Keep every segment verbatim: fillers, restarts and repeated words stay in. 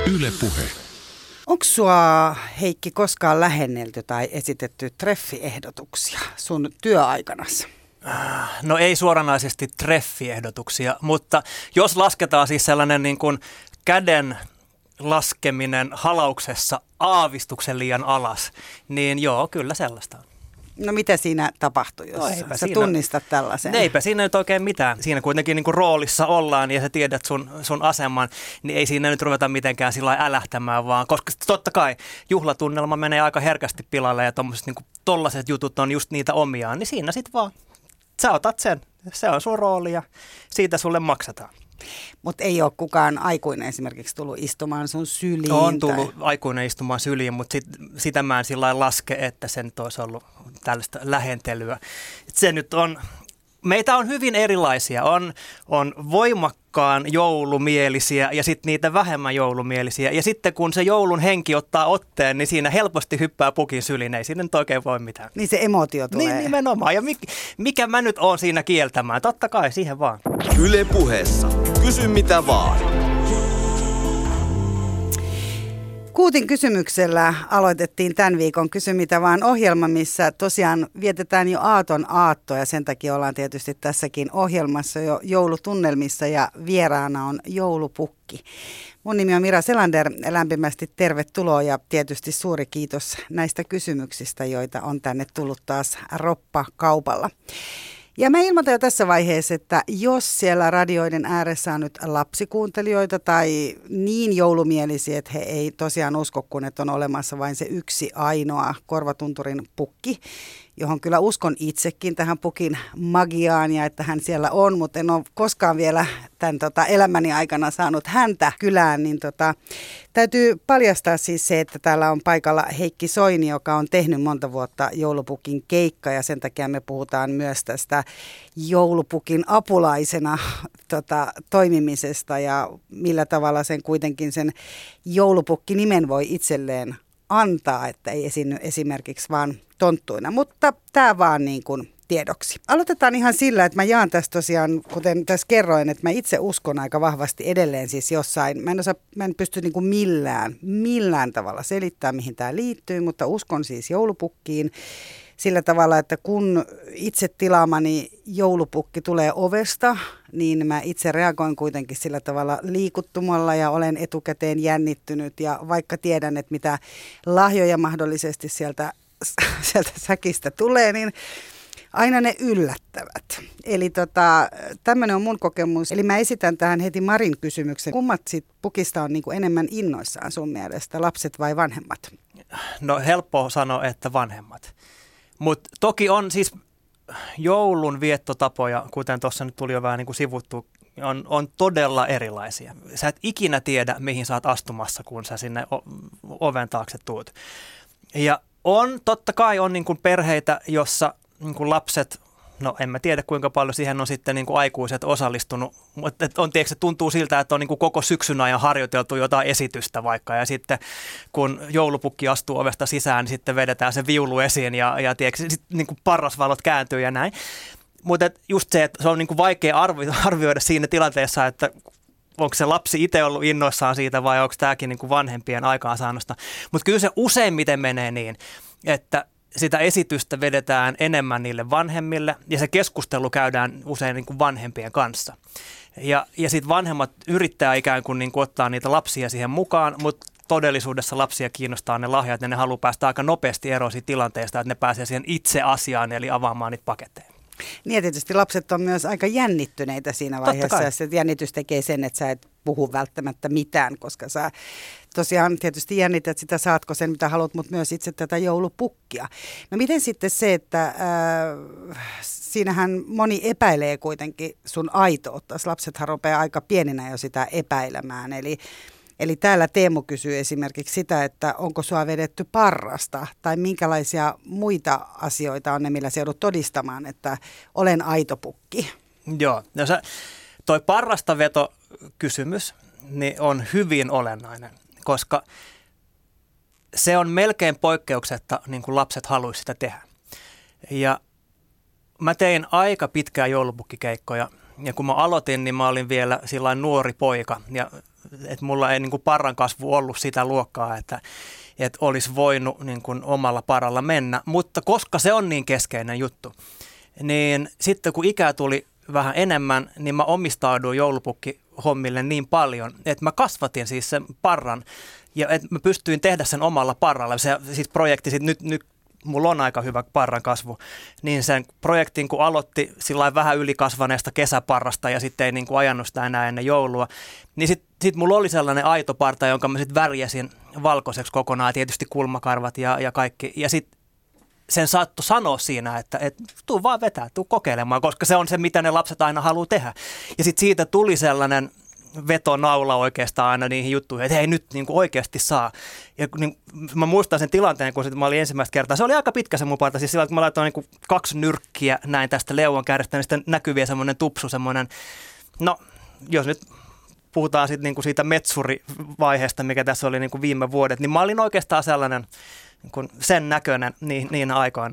Yle Puhe. Onko sua, Heikki, koskaan lähennelty tai esitetty treffiehdotuksia sun työaikanasi? No ei suoranaisesti treffiehdotuksia, mutta jos lasketaan siis sellainen niin kuin käden laskeminen halauksessa aavistuksen liian alas, niin joo, kyllä sellaista on. No mitä siinä tapahtui, jos No sä siinä, tunnistat tällaisen? Eipä siinä nyt oikein mitään. Siinä kuitenkin niin kuin roolissa ollaan ja sä tiedät sun, sun aseman, niin ei siinä nyt ruveta mitenkään sillä lailla älähtämään, vaan koska totta kai juhlatunnelma menee aika herkästi pilalle ja tommoset niin kuin tollaset jutut on just niitä omiaan, niin siinä sit vaan sä otat sen. Se on sun rooli ja siitä sulle maksataan. Mutta ei ole kukaan aikuinen esimerkiksi tullut istumaan sun syliin? On tullut tai... aikuinen istumaan syliin, mutta sit, sitä mä en sillä lailla laske, että se nyt olisi ollut tällaista lähentelyä. Se nyt on, meitä on hyvin erilaisia. On, on voimakkaan joulumielisiä ja sitten niitä vähemmän joulumielisiä. Ja sitten kun se joulun henki ottaa otteen, niin siinä helposti hyppää pukin syliin. Ei siinä nyt oikein voi mitään. Niin se emootio tulee. Niin nimenomaan. Ja mikä, mikä mä nyt oon siinä kieltämään? Totta kai, siihen vaan. Yle Puheessa. Kysy mitä vaan. Kuutin kysymyksellä aloitettiin tämän viikon Kysy mitä vaan -ohjelma, missä tosiaan vietetään jo aaton aattoa ja sen takia ollaan tietysti tässäkin ohjelmassa jo joulutunnelmissa ja vieraana on joulupukki. Mun nimi on Mira Selander, lämpimästi tervetuloa ja tietysti suuri kiitos näistä kysymyksistä, joita on tänne tullut taas roppakaupalla. Ja mä ilmoitan jo tässä vaiheessa, että jos siellä radioiden ääressä on nyt lapsikuuntelijoita tai niin joulumielisiä, että he ei tosiaan usko, kun että on olemassa vain se yksi ainoa Korvatunturin pukki, johon kyllä uskon itsekin tähän pukin magiaan ja että hän siellä on, mutta en ole koskaan vielä tämän tota, elämäni aikana saanut häntä kylään, niin tota, täytyy paljastaa siis se, että täällä on paikalla Heikki Soini, joka on tehnyt monta vuotta joulupukin keikkaa ja sen takia me puhutaan myös tästä joulupukin apulaisena tota, toimimisesta ja millä tavalla sen kuitenkin sen joulupukki-nimen voi itselleen antaa, että ei esiinny esimerkiksi vaan tonttuina, mutta tämä vaan niin kuin tiedoksi. Aloitetaan ihan sillä, että mä jaan tässä tosiaan, kuten tässä kerroin, että mä itse uskon aika vahvasti edelleen siis jossain. Mä en, osaa, mä en pysty niin kuin millään, millään tavalla selittämään, mihin tämä liittyy, mutta uskon siis joulupukkiin sillä tavalla, että kun itse tilaamani joulupukki tulee ovesta, niin mä itse reagoin kuitenkin sillä tavalla liikuttumalla ja olen etukäteen jännittynyt ja vaikka tiedän, että mitä lahjoja mahdollisesti sieltä sieltä säkistä tulee, niin aina ne yllättävät. Eli tota, tämmöinen on mun kokemus. Eli mä esitän tähän heti Marin kysymyksen. Kummat sit pukista on niinku enemmän innoissaan sun mielestä, lapset vai vanhemmat? No helppo sanoa, että vanhemmat. Mutta toki on siis joulun viettotapoja, kuten tuossa nyt tuli jo vähän niin kuin sivuttu, on, on todella erilaisia. Sä et ikinä tiedä, mihin sä oot astumassa, kun sä sinne oven taakse tuut. Ja on, totta kai on niin kuin perheitä, jossa niin kuin lapset, no en mä tiedä kuinka paljon siihen on sitten niin kuin aikuiset osallistunut, mutta on, tiedätkö, se tuntuu siltä, että on niin kuin koko syksyn ajan harjoiteltu jotain esitystä vaikka, ja sitten kun joulupukki astuu ovesta sisään, niin sitten vedetään se viulu esiin, ja, ja tiedätkö, sitten niin kuin parrasvalot kääntyy ja näin. Mutta just se, että se on niin kuin vaikea arvioida siinä tilanteessa, että onko se lapsi itse ollut innoissaan siitä vai onko tämäkin niin kuin vanhempien aikaansaannosta. Mutta kyllä se useimmiten menee niin, että sitä esitystä vedetään enemmän niille vanhemmille ja se keskustelu käydään usein niin kuin vanhempien kanssa. Ja, ja sitten vanhemmat yrittää ikään kuin, niin kuin ottaa niitä lapsia siihen mukaan, mutta todellisuudessa lapsia kiinnostaa ne lahjat ja ne haluaa päästä aika nopeasti eroon siitä tilanteesta, että ne pääsee siihen itse asiaan eli avaamaan niitä paketteja. Niin ja tietysti lapset on myös aika jännittyneitä siinä vaiheessa ja se jännitys tekee sen, että sä et puhu välttämättä mitään, koska sä tosiaan tietysti jännität sitä, saatko sen mitä haluat, mutta myös itse tätä joulupukkia. No miten sitten se, että äh, siinähän moni epäilee kuitenkin sun aitoutta, lapsethan rupeaa aika pieninä jo sitä epäilemään, eli Eli täällä Teemu kysyy esimerkiksi sitä, että onko sua vedetty parrasta tai minkälaisia muita asioita on ne, millä se joudut todistamaan, että olen aito pukki. Joo, no se, toi parrastaveto-kysymys niin on hyvin olennainen, koska se on melkein poikkeuksetta, niin kuin lapset haluaisivat sitä tehdä. Ja mä tein aika pitkää joulupukkikeikkoja ja kun mä aloitin, niin mä olin vielä sillain nuori poika. Ja että mulla ei niin kuin parran kasvu ollut sitä luokkaa, että, että olisi voinut niin kuin omalla paralla mennä. Mutta koska se on niin keskeinen juttu, niin sitten kun ikää tuli vähän enemmän, niin mä omistauduin joulupukkihommille niin paljon, että mä kasvatin siis sen parran ja että mä pystyin tehdä sen omalla parralla. Se siis projekti, sit nyt, nyt mulla on aika hyvä parran kasvu, niin sen projektin kun aloitti sillä vähän ylikasvaneesta kesäparrasta ja sitten ei niin kuin ajanut sitä enää ennen joulua, niin sitten sit mulla oli sellainen aito parta, jonka mä sitten värjäsin valkoiseksi kokonaan, tietysti kulmakarvat ja, ja kaikki. Ja sitten sen saattoi sanoa siinä, että, että tuu vaan vetää, tuu kokeilemaan, koska se on se, mitä ne lapset aina haluaa tehdä. Ja sitten siitä tuli sellainen vetonaula oikeastaan aina niihin juttuihin, että hei nyt niin kuin oikeasti saa. Ja niin, mä muistan sen tilanteen, kun sit mä olin ensimmäistä kertaa. Se oli aika pitkä se mun parta, siis sillä että mä laitoin niin kuin kaksi nyrkkiä näin tästä leuan kärjestä, niin sitten näkyy vielä semmoinen tupsu, semmoinen, no jos nyt puhutaan sit niin kuin siitä metsurivaiheesta, mikä tässä oli niin kuin viime vuodet, niin mä olin oikeastaan sellainen niin kuin sen näköinen niin, niinä aikoina.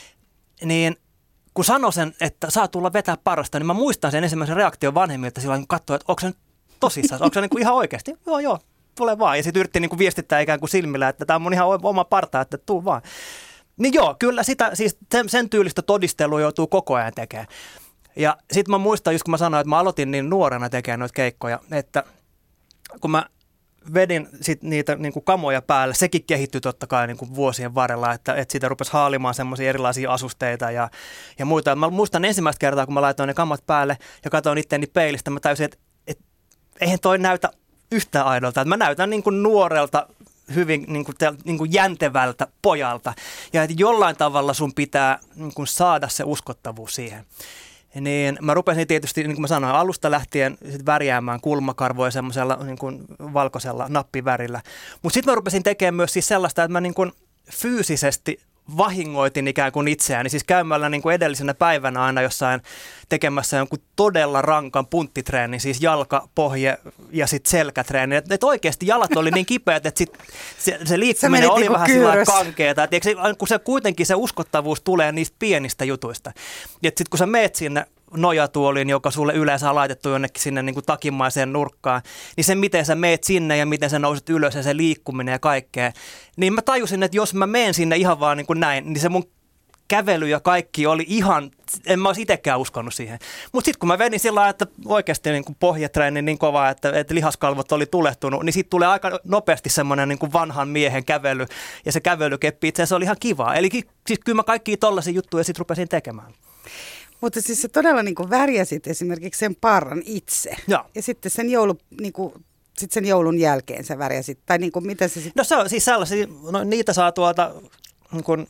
Niin kun sanoi sen, että saa tulla vetää parasta, niin mä muistan sen ensimmäisen reaktion vanhemmilta silloin, kun katsoin, että onko se nyt tosissaan, onko se niin kuin ihan oikeasti? Joo, joo, tule vaan. Ja sitten yritti niin kuin viestittää ikään kuin silmillä, että tämä on mun ihan oma parta, että tuu vaan. Niin joo, kyllä sitä, siis sen, sen tyylistä todistelua joutuu koko ajan tekemään. Ja sitten mä muistan, just kun mä sanoin, että mä aloitin niin nuorena tekemään noita keikkoja, että kun mä vedin sit niitä niin kuin kamoja päälle, sekin kehittyi totta kai niin kuin vuosien varrella, että, että siitä rupesi haalimaan semmoisia erilaisia asusteita ja, ja muita. Mä muistan ensimmäistä kertaa, kun mä laitoin ne kamat päälle ja katsoin itseäni peilistä, mä täysin, että, että eihän toi näytä yhtään aidolta. Että mä näytän niin kuin nuorelta, hyvin niin kuin, niin kuin jäntevältä pojalta ja että jollain tavalla sun pitää niin kuin saada se uskottavuus siihen. Niin mä rupesin tietysti, niin kuin mä sanoin, alusta lähtien sit värjäämään kulmakarvoja semmoisella niin kuin valkoisella nappivärillä. Mutta sitten mä rupesin tekemään myös siis sellaista, että mä niin kuin fyysisesti vahingoitin ikään kuin itseäni. Siis käymällä niin kuin edellisenä päivänä aina jossain tekemässä jonkun todella rankan punttitreenin, siis jalka, pohje ja sitten selkätreeni. Että et oikeasti jalat oli niin kipeät, että sit se, se liikkuminen oli vähän sillä kankeeta. Et se, kun se kuitenkin se uskottavuus tulee niistä pienistä jutuista. Ja sitten kun sä meet sinne nojatuoliin, joka sulle yleensä on laitettu jonnekin sinne niin kuin takimaiseen nurkkaan, niin se miten sä meet sinne ja miten sä nouset ylös ja se liikkuminen ja kaikkea, niin mä tajusin, että jos mä menen sinne ihan vaan niin kuin näin, niin se mun kävely ja kaikki oli ihan, en mä olisi itsekään uskonut siihen. Mutta sitten kun mä vedin sillä lailla, että oikeasti niin kuin pohjatreeni niin kovaa, että, että lihaskalvot oli tulehtunut, niin sitten tulee aika nopeasti semmoinen niin kuin vanhan miehen kävely ja se kävelykeppi itse asiassa oli ihan kivaa. Eli siis kyllä mä kaikkia tollaisia juttuja sitten rupesin tekemään. Mutta siis sä todella niin kuin värjäsit esimerkiksi sen parran itse. Ja, ja sitten sen, joulu, niin kuin, sit sen joulun jälkeen sä värjäsit. Tai niin kuin, mitä se sitten? No se on siis sellaisia, no, niitä saa tuolta niin kuin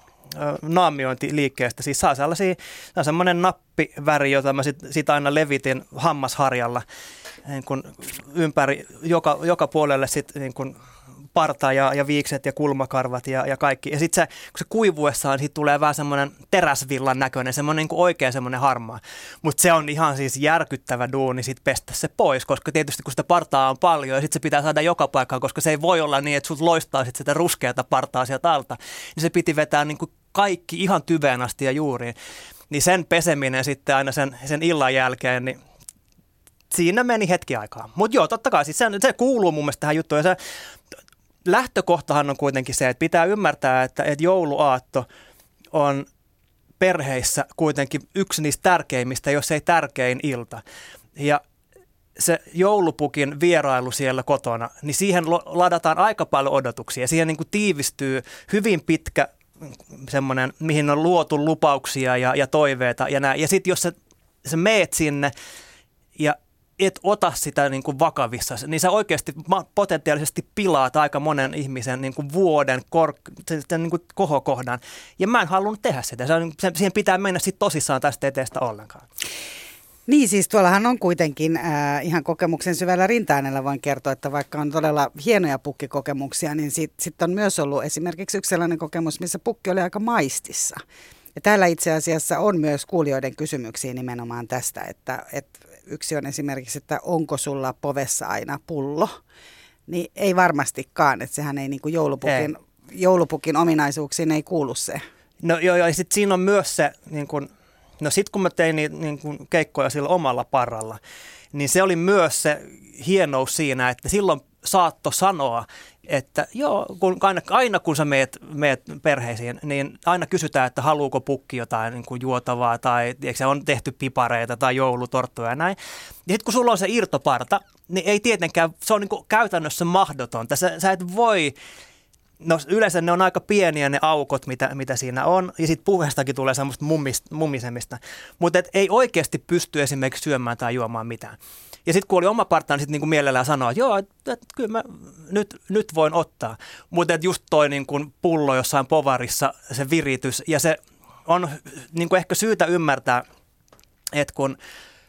naamiointiliikkeestä. Siis saa sellaisia, se on semmoinen nappiväri, jota mä sitten sit aina levitin hammasharjalla niin kuin ympäri, joka, joka puolelle sitten niin kuin parta ja, ja viikset ja kulmakarvat ja, ja kaikki. Ja sitten se, kun se kuivuessaan, siitä tulee vähän semmoinen teräsvillan näköinen, semmoinen niin kuin oikein semmoinen harmaa. Mutta se on ihan siis järkyttävä duuni sitten pestä se pois, koska tietysti kun sitä partaa on paljon ja sitten se pitää saada joka paikkaan, koska se ei voi olla niin, että sut loistaa sit sitä ruskeata partaa sieltä alta. Niin se piti vetää niin kuin kaikki ihan tyveen asti ja juuriin. Niin sen peseminen sitten aina sen, sen illan jälkeen, niin siinä meni hetki aikaa. Mutta joo, totta kai siis se, se kuuluu mun mielestä tähän juttuun. Ja se lähtökohtahan on kuitenkin se, että pitää ymmärtää, että, että jouluaatto on perheissä kuitenkin yksi niistä tärkeimmistä, jos ei tärkein ilta. Ja se joulupukin vierailu siellä kotona, niin siihen ladataan aika paljon odotuksia. Siihen niin kuin tiivistyy hyvin pitkä semmoinen, mihin on luotu lupauksia ja, ja toiveita. Ja, ja sitten jos sä, sä meet sinne ja et ota sitä niin kuin vakavissa, niin sä oikeasti potentiaalisesti pilaat aika monen ihmisen niin kuin vuoden kor- sen, niin kuin kohokohdan. Ja mä en halunnut tehdä sitä. Se on, se, siihen pitää mennä sit tosissaan tästä eteestä ollenkaan. Niin siis tuollahan on kuitenkin äh, ihan kokemuksen syvällä rinta-äänellä voin kertoa, että vaikka on todella hienoja pukkikokemuksia, niin sitten sit on myös ollut esimerkiksi yksi sellainen kokemus, missä pukki oli aika maistissa. Ja täällä itse asiassa on myös kuulijoiden kysymyksiä nimenomaan tästä, että, että yksi on esimerkiksi, että onko sulla povessa aina pullo, niin ei varmastikaan, että sehän ei niin kuin joulupukin, joulupukin ominaisuuksiin ei kuulu se. No joo, joo ja sitten siinä on myös se niin kuin No sitten kun mä tein niitä niin kuin keikkoja sillä omalla parralla, niin se oli myös se hienous siinä, että silloin saatto sanoa, että joo, kun aina, aina kun sä meet, meet perheisiin, niin aina kysytään, että haluuko pukki jotain niin kuin juotavaa tai se on tehty pipareita tai joulutorttuja ja näin. Ja sitten kun sulla on se irtoparta, niin ei tietenkään, se on niin kuin käytännössä mahdotonta. Sä, sä et voi, no yleensä ne on aika pieniä ne aukot, mitä, mitä siinä on, ja sitten puheestakin tulee semmoista mummis, mummisemista, mutta ei oikeasti pysty esimerkiksi syömään tai juomaan mitään. Ja sitten kun oli oma parta, niin sitten niinku mielellään sanoa, että joo, että et, kyllä mä nyt, nyt voin ottaa. Mutta just toi niinku pullo jossain povarissa, se viritys, ja se on niinku ehkä syytä ymmärtää, että kun,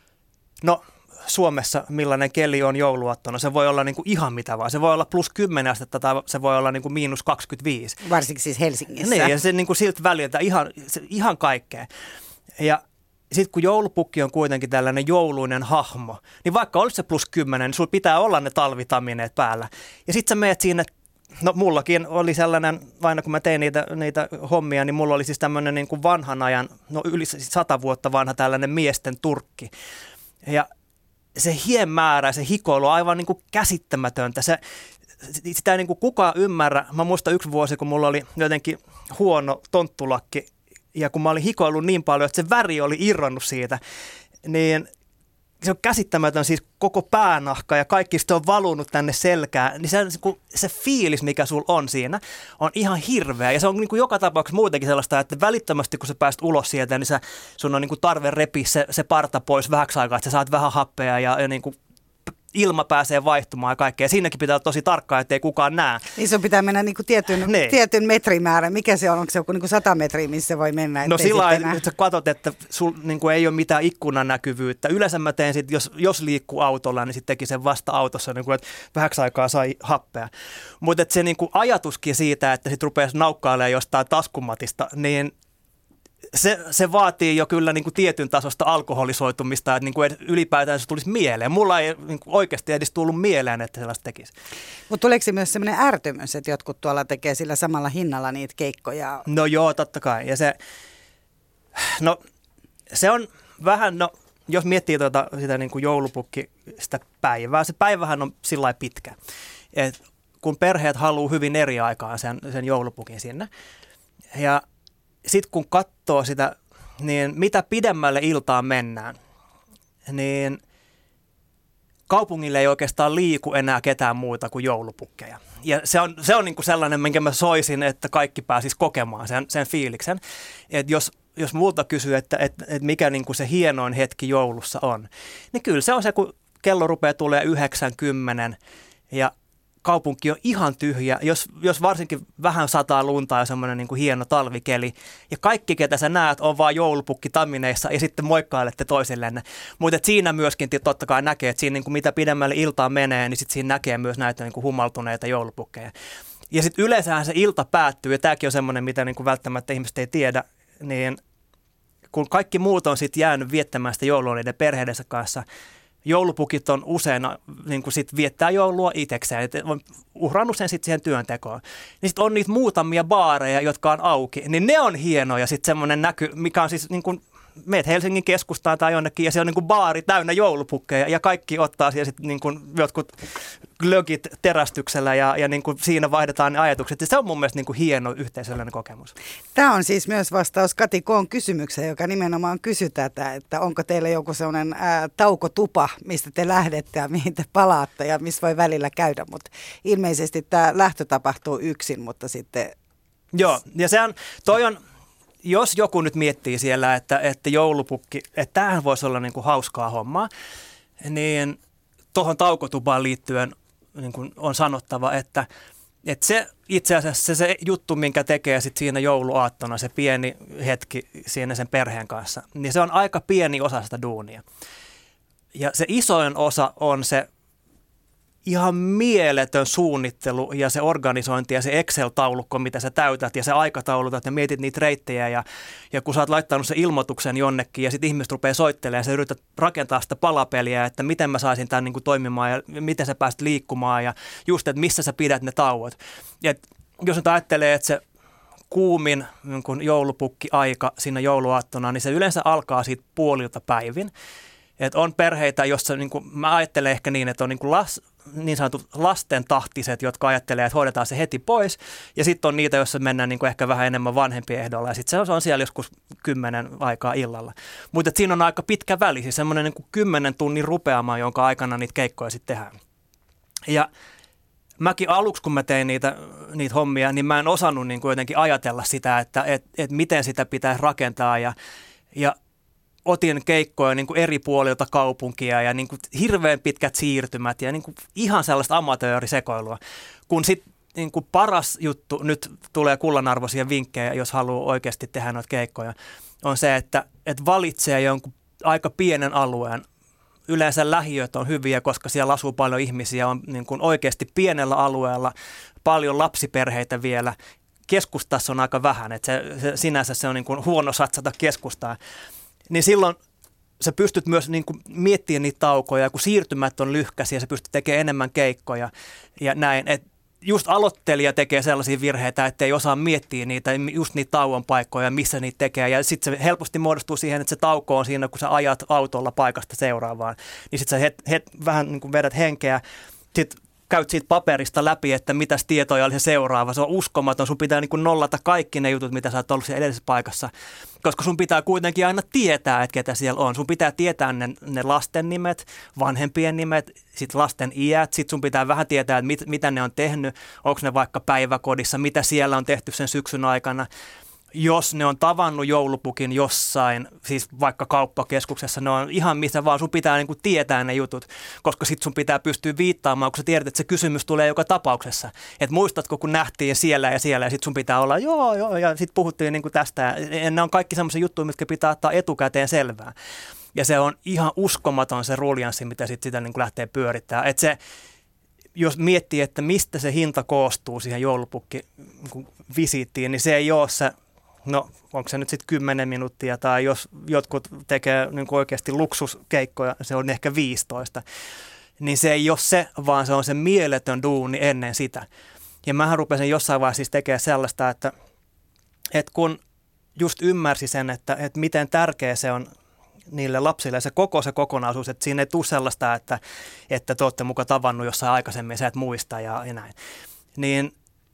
no Suomessa millainen keli on jouluaattona, se voi olla niinku ihan mitä vaan. Se voi olla plus kymmenen astetta tai se voi olla niinku miinus kaksikymmentäviisi. Varsinkin siis Helsingissä. Niin, ja se niinku siltä väliltä ihan, se, ihan kaikkea. Ja sitten kun joulupukki on kuitenkin tällainen jouluinen hahmo, niin vaikka olisi se plus kymmenen, niin sulla pitää olla ne talvitamineet päällä. Ja sitten sä meet siinä, no mullakin oli sellainen, aina kun mä tein niitä, niitä hommia, niin mulla oli siis tämmöinen niin kuin vanhan ajan, no yli sata vuotta vanha tällainen miesten turkki. Ja se hien määrä, se hikoilu on aivan niin kuin käsittämätöntä. Se, sitä ei niin kuin kukaan ymmärrä. Mä muistan yksi vuosi, kun mulla oli jotenkin huono tonttulakki, ja kun mä olin hikoillut niin paljon, että se väri oli irronnut siitä, niin se on käsittämätön siis koko päänahka ja kaikki sitten on valunut tänne selkään. Niin se, se fiilis, mikä sulla on siinä, on ihan hirveä. Ja se on niin kuin joka tapauksessa muutenkin sellaista, että välittömästi kun sä pääst ulos sieltä, niin sä, sun on niin kuin tarve repiä se, se parta pois vähäksi aikaa, että sä saat vähän happea ja, ja niin kuin ilma pääsee vaihtumaan ja kaikkea. Ja siinäkin pitää olla tosi tarkkaa, ettei kukaan näe. Niin se pitää mennä niin kuin tietyn, niin. tietyn metrimäärän. Mikä se on? Onko se joku niin kuin sata metriä, missä se voi mennä? No sillä lailla, että sä katsot, että sul niin kuin ei ole mitään ikkunan näkyvyyttä. Yleensä mä teen sit, jos, jos liikkuu autolla, niin sitten teki sen vasta autossa, niin kuin, että vähäksi aikaa sai happea. Mutta se niin kuin ajatuskin siitä, että sit rupeaisi naukkailemaan jostain taskumatista, niin Se, se vaatii jo kyllä niin kuin tietyn tasosta alkoholisoitumista, että niin kuin ylipäätään se tulisi mieleen. Mulla ei niin kuin oikeasti edes tullut mieleen, että sellaista tekisi. Mutta tuleeko se myös sellainen ärtymys, että jotkut tuolla tekee sillä samalla hinnalla niitä keikkoja? No joo, totta kai. Ja se, no, se on vähän, no jos miettii tuota, sitä niin kuin joulupukki, sitä päivää, se päivähän on sillä lailla pitkä. Et kun perheet haluaa hyvin eri aikaan sen, sen joulupukin sinne. Ja sitten kun katsoo sitä, niin mitä pidemmälle iltaan mennään, niin kaupungille ei oikeastaan liiku enää ketään muuta kuin joulupukkeja. Ja se on, se on niin kuin sellainen, minkä mä soisin, että kaikki pääsis kokemaan sen, sen fiiliksen. Että jos, jos multa kysyy, että, että, että mikä niin kuin se hienoin hetki joulussa on, niin kyllä se on se, kun kello rupeaa tulee yhdeksänkymmentä ja kaupunki on ihan tyhjä, jos, jos varsinkin vähän sataa lunta ja semmoinen niin kuin hieno talvikeli. Ja kaikki, ketä sä näet, on vaan joulupukki tamineissa ja sitten moikkailette toisillenne. Mutta siinä myöskin totta kai näkee, että siinä niin kuin mitä pidemmälle iltaan menee, niin sitten siinä näkee myös näitä niin kuin humaltuneita joulupukkeja. Ja sitten yleensähän se ilta päättyy, ja tämäkin on semmoinen, mitä niin kuin välttämättä ihmiset ei tiedä, niin kun kaikki muut on sitten jäänyt viettämään sitä joulua niiden perheidensä kanssa, joulupukit on usein niin kuin sit viettää joulua itsekseen, että on uhrannut sen sitten siihen työntekoon. Niin sitten on niitä muutamia baareja, jotka on auki, niin ne on hienoja sitten semmoinen näky, mikä on siis niin kuin meet Helsingin keskustaan tai jonnekin ja se on niin kuin baari täynnä joulupukkeja ja kaikki ottaa siellä sitten niin kuin jotkut glögit terästyksellä ja, ja niin kuin siinä vaihdetaan ne ajatukset. Ja se on mun mielestä niin kuin hieno yhteisöllinen kokemus. Tämä on siis myös vastaus Kati Koon kysymykseen, joka nimenomaan kysyy tätä, että onko teillä joku sellainen ää, taukotupa, mistä te lähdette ja mihin te palaatte ja missä voi välillä käydä, mutta ilmeisesti tämä lähtö tapahtuu yksin, mutta sitten... Joo, ja sehän, toi on... Jos joku nyt miettii siellä, että, että joulupukki, että tämähän voisi olla niin kuin hauskaa hommaa, niin tuohon taukotupaan liittyen niin kuin on sanottava, että, että se itse asiassa se, se juttu, minkä tekee sit siinä jouluaattona, se pieni hetki siinä sen perheen kanssa, niin se on aika pieni osa sitä duunia. Ja se isoin osa on se ihan mieletön suunnittelu ja se organisointi ja se Excel-taulukko, mitä sä täytät ja se aikataulutat ja mietit niitä reittejä ja, ja kun sä oot laittanut sen ilmoituksen jonnekin ja sitten ihmiset rupeaa soittelemaan ja sä yrität rakentaa sitä palapeliä, että miten mä saisin tämän niin kuin toimimaan ja miten sä pääst liikkumaan ja just, että missä sä pidät ne tauot. Ja jos nyt ajattelee, että se kuumin niin kun joulupukki-aika siinä jouluaattona, niin se yleensä alkaa siitä puolilta päivin. Et on perheitä, jossa niin kun, mä ajattelen ehkä niin, että on niin, las, niin sanotut lasten tahtiset, jotka ajattelee, että hoidetaan se heti pois. Ja sitten on niitä, joissa mennään niin ehkä vähän enemmän vanhempien ehdolla. Ja sitten se on siellä joskus kymmenen aikaa illalla. Mutta siinä on aika pitkä väli, siis semmoinen niin kymmenen tunnin rupeama, jonka aikana niitä keikkoja sitten tehdään. Ja mäkin aluksi, kun mä tein niitä, niitä hommia, niin mä en osannut niin kuin jotenkin ajatella sitä, että et, et miten sitä pitäisi rakentaa. Ja, ja otin keikkoja niin kuin eri puolilta kaupunkia ja niin kuin hirveän pitkät siirtymät ja niin kuin ihan sellaista amatöörisekoilua. Kun sitten niin kuin paras juttu, nyt tulee kullanarvoisia vinkkejä, jos haluaa oikeasti tehdä noita keikkoja, on se, että, että valitsee jonkun aika pienen alueen. Yleensä lähiöt on hyviä, koska siellä asuu paljon ihmisiä, on niin kuin oikeasti pienellä alueella, paljon lapsiperheitä vielä. Keskustassa on aika vähän, että se, se, sinänsä se on niin kuin huono satsata keskustaan. Niin silloin sä pystyt myös niin kuin miettimään niitä taukoja, kun siirtymät on lyhkäisiä, sä pystyt tekemään enemmän keikkoja ja näin. Et just aloittelija tekee sellaisia virheitä, että ei osaa miettiä niitä, just niitä tauon paikkoja, missä niitä tekee. Ja sitten se helposti muodostuu siihen, että se tauko on siinä, kun sä ajat autolla paikasta seuraavaan. Niin sitten sä het, het, vähän niin kuin vedät henkeä, sitten käyt siitä paperista läpi, että mitäs tietoja oli se seuraava. Se on uskomaton. Sun pitää niin kuin nollata kaikki ne jutut, mitä sä oot ollut siellä edellisessä paikassa. Koska sun pitää kuitenkin aina tietää, että ketä siellä on. Sun pitää tietää ne, ne lasten nimet, vanhempien nimet, sitten lasten iät. Sitten sun pitää vähän tietää, että mit, mitä ne on tehnyt. Onko ne vaikka päiväkodissa, mitä siellä on tehty sen syksyn aikana. Jos ne on tavannut joulupukin jossain, siis vaikka kauppakeskuksessa, ne on ihan missä vaan, sun pitää niinku tietää ne jutut, koska sit sun pitää pystyä viittaamaan, kun sä tiedät, että se kysymys tulee joka tapauksessa. Että muistatko, kun nähtiin siellä ja siellä, ja sit sun pitää olla joo, joo, ja sit puhuttiin niinku tästä. Ja ne on kaikki semmoisia juttuja, mitkä pitää ottaa etukäteen selvää. Ja se on ihan uskomaton se ruljanssi, mitä sit sitä niinku lähtee pyörittämään. Että se, jos miettii, että mistä se hinta koostuu siihen joulupukki-visiittiin, niin se ei ole se, no onko se nyt sitten kymmenen minuuttia, tai jos jotkut tekee niin oikeasti luksuskeikkoja, se on ehkä viisitoista, niin se ei ole se, vaan se on se mieletön duuni ennen sitä. Ja mähän rupesin jossain vaiheessa siis tekemään sellaista, että, että kun just ymmärsi sen, että, että miten tärkeä se on niille lapsille se koko se kokonaisuus, että siinä ei tule sellaista, että, että te olette muka tavannut jossain aikaisemmin, sä et muista ja, ja näin. Niin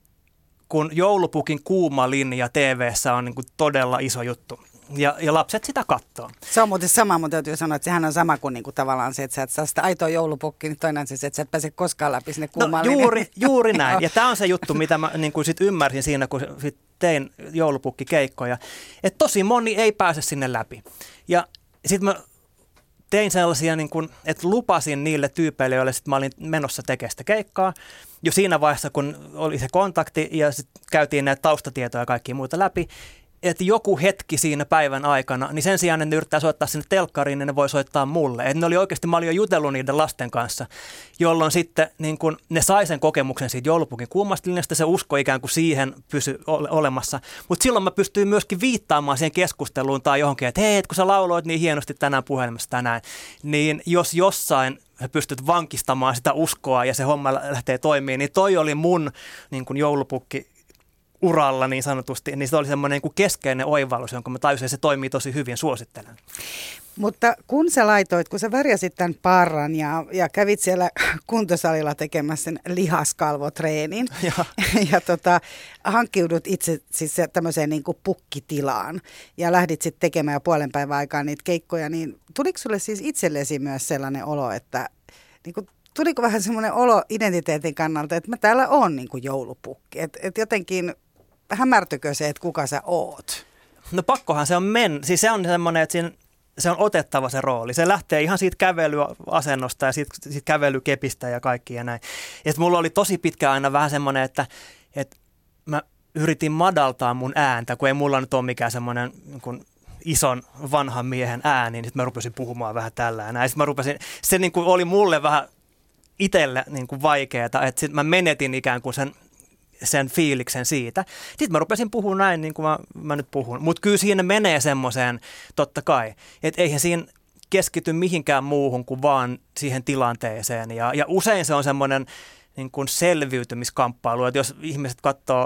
kun joulupukin kuuma linja T V:ssä on niin kuin todella iso juttu. Ja, ja lapset sitä katsoo. Se on muuten sama, mutta täytyy sanoa, että sehän on sama kuin niinku tavallaan se, että sä et saa sitä aitoa joulupukkia, niin toinen siis, että sä et pääse koskaan läpi sinne kuumaan. No juuri, juuri näin. Ja tämä on se juttu, mitä mä niin kuin sit ymmärsin siinä, kun sit tein joulupukkikeikkoja, että tosi moni ei pääse sinne läpi. Ja sitten mä tein sellaisia, niin kun, että lupasin niille tyypeille, joille sit mä olin menossa tekemään sitä keikkaa, jo siinä vaiheessa, kun oli se kontakti ja sitten käytiin näitä taustatietoja ja kaikkia muuta läpi, että joku hetki siinä päivän aikana, niin sen sijaan, että ne yrittää soittaa sinne telkkariin, niin ne voi soittaa mulle. Että ne oli oikeasti, mä olin jo jutellut niiden lasten kanssa, jolloin sitten niin kun ne sai sen kokemuksen siitä joulupukin kuumasta linjasta, se usko ikään kuin siihen pysyi olemassa. Mutta silloin mä pystyin myöskin viittaamaan siihen keskusteluun tai johonkin, että hei, kun sä lauloit niin hienosti tänään puhelimessa tänään, niin jos jossain sä pystyt vankistamaan sitä uskoa ja se homma lähtee toimimaan, niin toi oli mun niin kun joulupukki uralla niin sanotusti, niin se oli semmoinen niin keskeinen oivallus, jonka mä tajusin, että se toimii tosi hyvin, suosittelen. Mutta kun sä laitoit, kun sä värjäsit tämän parran ja, ja kävit siellä kuntosalilla tekemässä sen lihaskalvotreenin ja, ja tota, hankkiudut itse siis tämmöiseen niin kuin pukkitilaan ja lähdit sitten tekemään jo puolen päivän aikaa niitä keikkoja, niin tuliko sulle siis itsellesi myös sellainen olo, että niin kuin, tuliko vähän semmoinen olo identiteetin kannalta, että mä täällä on niin kuin joulupukki, että et jotenkin hämärtykö se, että kuka sä oot? No pakkohan se on men. Siis se on semmoinen, että siinä, se on otettava se rooli. Se lähtee ihan siitä kävelyasennosta ja siitä, siitä kävelykepistä ja kaikki ja näin. Ja mulla oli tosi pitkä aina vähän semmoinen, että, että mä yritin madaltaa mun ääntä, kun ei mulla nyt ole mikään semmoinen niin kuin ison vanhan miehen ääni, niin sitten mä rupesin puhumaan vähän tällä ja näin. Sitten mä rupesin, se niin kuin oli mulle vähän itselle niin kuin vaikeaa, että sit mä menetin ikään kuin sen sen fiiliksen siitä. Sitten mä rupesin puhumaan näin, niin kuin mä, mä nyt puhun. Mutta kyllä siinä menee semmoiseen, totta kai, että eihän siinä keskity mihinkään muuhun kuin vaan siihen tilanteeseen. Ja, ja usein se on semmoinen niin kuin selviytymiskamppailu, että jos ihmiset katsoo T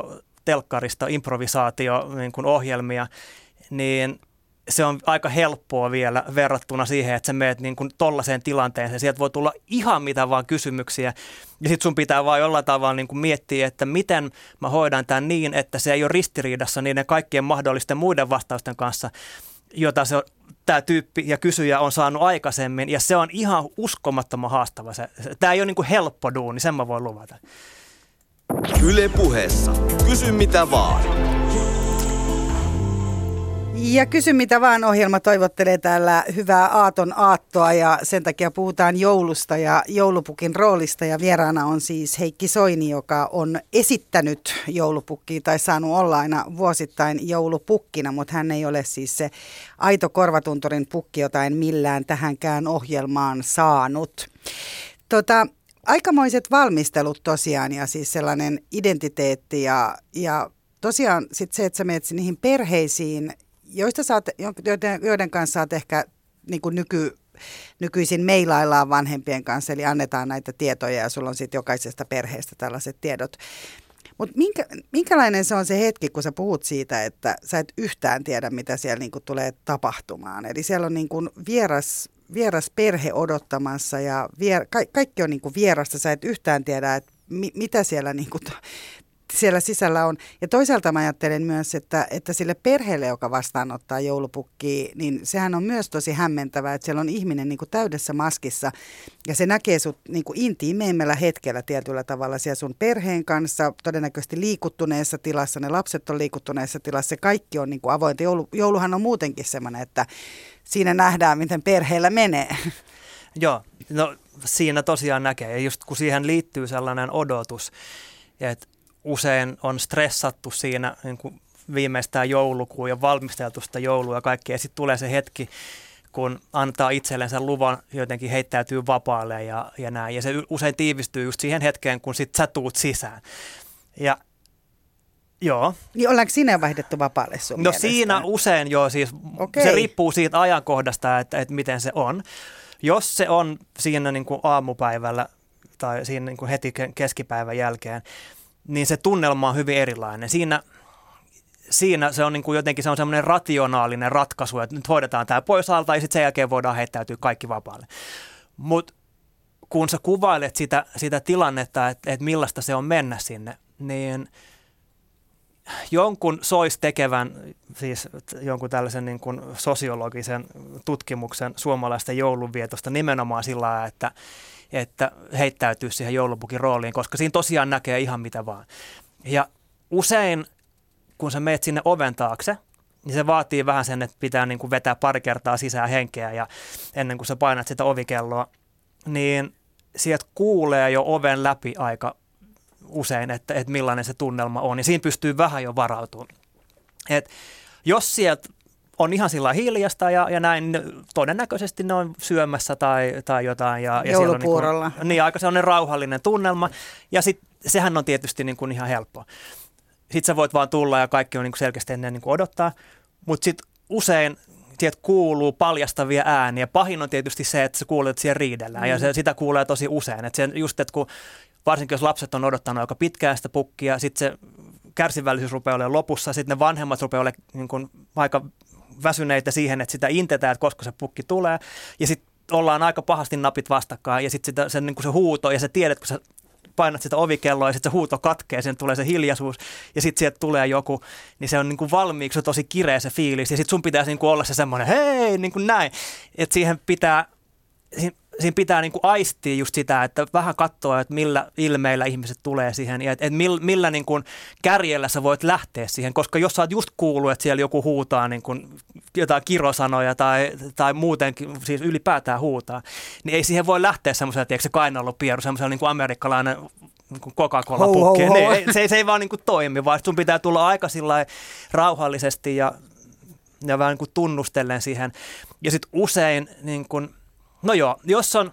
telkkarista improvisaatio niin kuin ohjelmia, niin se on aika helppoa vielä verrattuna siihen, että sä meet niin kuin tollaiseen tilanteeseen. Sieltä voi tulla ihan mitä vaan kysymyksiä ja sit sun pitää vaan jollain tavalla niin kuin miettiä, että miten mä hoidan tämän niin, että se ei ole ristiriidassa niiden kaikkien mahdollisten muiden vastausten kanssa, jota se tämä tyyppi ja kysyjä on saanut aikaisemmin, ja se on ihan uskomattoman haastava. Se, se, tämä ei ole niin kuin helppo duuni, sen mä voin luvata. Yle Puheessa. Kysy mitä vaan. Ja Kysy mitä vaan -ohjelma toivottelee täällä hyvää aaton aattoa, ja sen takia puhutaan joulusta ja joulupukin roolista, ja vieraana on siis Heikki Soini, joka on esittänyt joulupukkia tai saanut olla aina vuosittain joulupukkina, mutta hän ei ole siis se aito korvatunturin pukki, jota en millään tähänkään ohjelmaan saanut. Tota, aikamoiset valmistelut tosiaan, ja siis sellainen identiteetti ja, ja tosiaan sit se, että sä menet niihin perheisiin, joista saat, joiden, joiden kanssa saat ehkä niin kuin nyky, nykyisin meilaillaan vanhempien kanssa, eli annetaan näitä tietoja ja sulla on sitten jokaisesta perheestä tällaiset tiedot. Mutta minkä, minkälainen se on se hetki, kun sä puhut siitä, että sä et yhtään tiedä, mitä siellä niin kuin tulee tapahtumaan. Eli siellä on niin kuin vieras, vieras perhe odottamassa ja vier, ka, kaikki on niin kuin vierasta, sä et yhtään tiedä, että mi, mitä siellä niin kuin siellä sisällä on. Ja toisaalta mä ajattelen myös, että, että sille perheelle, joka vastaanottaa joulupukkia, niin sehän on myös tosi hämmentävää, että siellä on ihminen niin kuin täydessä maskissa ja se näkee sut niin kuin intiimeimmällä hetkellä tietyllä tavalla siellä sun perheen kanssa, todennäköisesti liikuttuneessa tilassa, ne lapset on liikuttuneessa tilassa, se kaikki on niin kuin avointa. Joulu, jouluhan on muutenkin semmoinen, että siinä nähdään, miten perheellä menee. Joo, no siinä tosiaan näkee, ja just kun siihen liittyy sellainen odotus, että usein on stressattu siinä niin kuin viimeistään joulukuun ja valmisteltu sitä joulua ja kaikkea. Ja sitten tulee se hetki, kun antaa itsellensä luvan jotenkin heittäytyy vapaalle ja, ja näin. Ja se usein tiivistyy just siihen hetkeen, kun sit sä tuut sisään. Ja joo. Niin ollaanko sinä vaihdettu vapaalle sun No mielestä? Siinä usein joo, siis Okei. Se riippuu siitä ajankohdasta, että, että miten se on. Jos se on siinä niin kuin aamupäivällä tai siinä niin kuin heti keskipäivän jälkeen, niin se tunnelma on hyvin erilainen. Siinä, siinä se on niin kuin jotenkin se on semmoinen rationaalinen ratkaisu, että nyt hoidetaan tämä pois alta ja sitten sen jälkeen voidaan heittäytyä kaikki vapaalle. Mutta kun sä kuvailet sitä, sitä tilannetta, että, että millaista se on mennä sinne, niin jonkun sois tekevän, siis jonkun tällaisen niin kuin sosiologisen tutkimuksen suomalaisten joulunvietosta nimenomaan sillä lailla, että että heittäytyy siihen joulupukin rooliin, koska siinä tosiaan näkee ihan mitä vaan. Ja usein, kun sä meet sinne oven taakse, niin se vaatii vähän sen, että pitää niin kuin vetää pari kertaa sisään henkeä ja ennen kuin sä painat sitä ovikelloa, niin sieltä kuulee jo oven läpi aika usein, että, että millainen se tunnelma on, ja siinä pystyy vähän jo varautumaan. Et jos sieltä on ihan sillä hiljasta ja, ja näin, todennäköisesti ne on syömässä tai, tai jotain. Ja, ja joulupuurolla. On niin, kuin, niin, aika sellainen rauhallinen tunnelma, ja sit, sehän on tietysti niin kuin ihan helppoa. Sitten sä voit vaan tulla ja kaikki on niin kuin selkeästi ennen niin kuin odottaa, mutta sitten usein sieltä kuuluu paljastavia ääniä. Pahin on tietysti se, että sä kuulet, että siellä riidellään, mm. ja se, sitä kuulee tosi usein. Et sen, just, että kun, varsinkin jos lapset on odottanut aika pitkään sitä pukkia, sitten se kärsivällisyys rupeaa olemaan lopussa, sitten ne vanhemmat rupeaa olemaan niin kuin aika väsyneitä siihen, että sitä intetään, että koska se pukki tulee, ja sitten ollaan aika pahasti napit vastakkain, ja sitten se, niin kuin se huuto, ja sä tiedät, kun sä painat sitä ovikelloa, ja sitten se huuto katkee, sen tulee se hiljaisuus, ja sitten sieltä tulee joku, niin se on niin kuin valmiiksi se tosi kireä se fiilis, ja sitten sun pitäisi niin kuin olla se semmoinen, hei, niin kuin näin, että siihen pitää, siinä pitää niin kuin aistia just sitä, että vähän katsoa, että millä ilmeillä ihmiset tulee siihen ja että, että millä, millä niin kuin kärjellä sä voit lähteä siihen, koska jos sä oot just kuullut, että siellä joku huutaa niin kuin jotain kirosanoja tai, tai muutenkin, siis ylipäätään huutaa, niin ei siihen voi lähteä semmoisella, tiedätkö se kainalopieru, semmoisella niin kuin amerikkalainen niin kuin Coca-Cola-pukki. Niin, se, se ei vaan niin kuin toimi, vaan sun pitää tulla aika sillai rauhallisesti ja, ja vähän niin kuin tunnustellen siihen. Ja sitten usein niin kuin no joo, jos, on,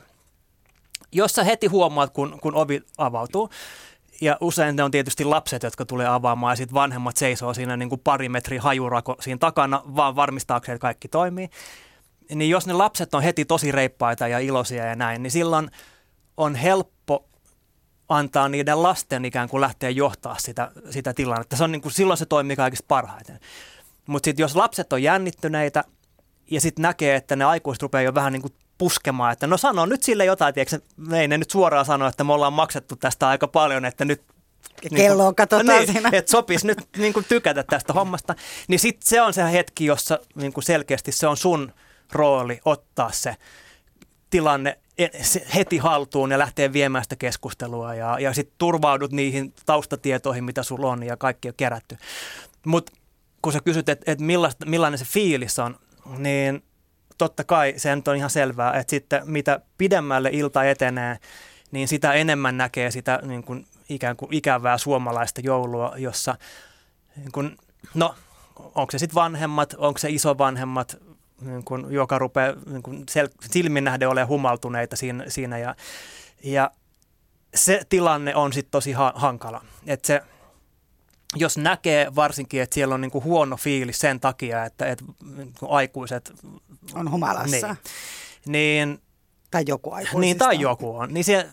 jos sä heti huomaat, kun, kun ovi avautuu, ja usein ne on tietysti lapset, jotka tulee avaamaan, ja sitten vanhemmat seisoo siinä niin kuin pari metri hajurako siinä takana, vaan varmistaakseen, että kaikki toimii, niin jos ne lapset on heti tosi reippaita ja iloisia ja näin, niin silloin on helppo antaa niiden lasten ikään kuin lähteä johtaa sitä, sitä tilannetta. Se on niin kuin, silloin se toimii kaikista parhaiten. Mutta sitten jos lapset on jännittyneitä ja sitten näkee, että ne aikuiset rupeaa jo vähän niin kuin puskemaan, että no sano nyt sille jotain, tiedätkö, ei ne nyt suoraan sano, että me ollaan maksettu tästä aika paljon, että nyt ja kelloa niin katsotaan niin, siinä. Että sopisi nyt niin kuin tykätä tästä hommasta. Niin sitten se on se hetki, jossa niin kuin selkeästi se on sun rooli ottaa se tilanne heti haltuun ja lähtee viemään sitä keskustelua ja, ja sitten turvaudut niihin taustatietoihin, mitä sulla on ja kaikki on kerätty. Mutta kun sä kysyt, että et millainen se fiilis on, niin totta kai se on ihan selvää, että sitten mitä pidemmälle ilta etenee, niin sitä enemmän näkee sitä niin kuin ikään kuin ikävää suomalaista joulua, jossa niin kuin, no onko se sitten vanhemmat, onko se isovanhemmat, niin kuin, joka rupeaa niin kuin sel- silmin nähden olemaan humaltuneita siinä, siinä ja, ja se tilanne on sitten tosi ha- hankala. Että se, jos näkee varsinkin, että siellä on niin kuin huono fiilis sen takia, että, että niin kuin aikuiset on humalassa. Niin, niin, tai joku aikuisista. Niin, tai joku on. Niin se,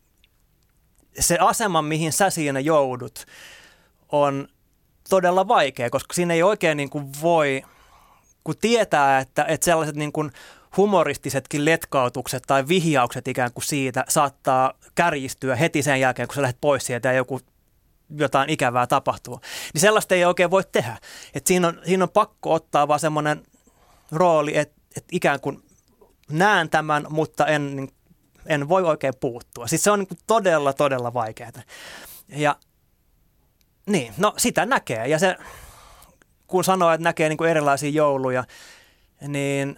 se asema, mihin sä siinä joudut, on todella vaikea, koska siinä ei oikein niin kuin voi, kun tietää, että, että sellaiset niin kuin humoristisetkin letkautukset tai vihjaukset ikään kuin siitä saattaa kärjistyä heti sen jälkeen, kun sä lähdet pois sieltä ja joku jotain ikävää tapahtuu. Niin sellaista ei oikein voi tehdä. Et siinä, on, siinä on pakko ottaa vaan semmoinen rooli, että, että ikään kuin näen tämän, mutta en, en voi oikein puuttua. Siis se on niin kuin todella, todella vaikeaa. Ja niin, no sitä näkee. Ja se, kun sanoo, että näkee niin kuin erilaisia jouluja, niin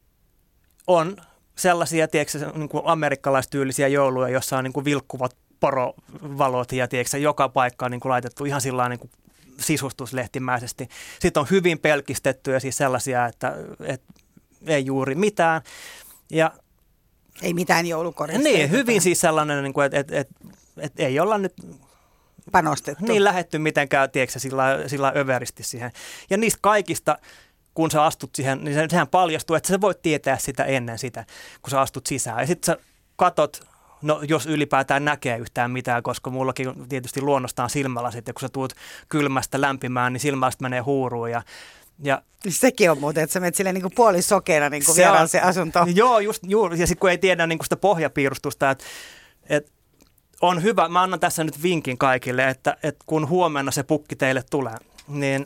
on sellaisia, tiedätkö, niin kuin amerikkalaistyylisiä jouluja, jossa on niin kuin vilkkuvat porovalot ja tiedätkö, joka paikka on niin kuin laitettu ihan sillä niin kuin sisustuslehtimäisesti. Sitten on hyvin pelkistettyjä siis sellaisia, että, että ei juuri mitään. Ja ei mitään joulukorista. Niin, hyvin siis sellainen, että, että, että, että ei olla nyt panostettu. Niin lähetty mitenkään, tiedätkö, sillä, sillä överisti siihen. Ja niistä kaikista, kun sä astut siihen, niin sehän paljastuu, että sä voit tietää sitä ennen sitä, kun sä astut sisään. Ja sitten sä katot, no jos ylipäätään näkee yhtään mitään, koska mullakin tietysti luonnostaan silmälasit, ja kun sä tuut kylmästä lämpimään, niin silmälasit menee huuruun. Ja, ja sekin on muuten, että sä menet silleen niin kuin puolisokeena niin kuin vieraan se asunto. Joo, just juuri. Ja sitten kun ei tiedä niin kuin sitä pohjapiirustusta, että, että on hyvä, mä annan tässä nyt vinkin kaikille, että, että kun huomenna se pukki teille tulee, niin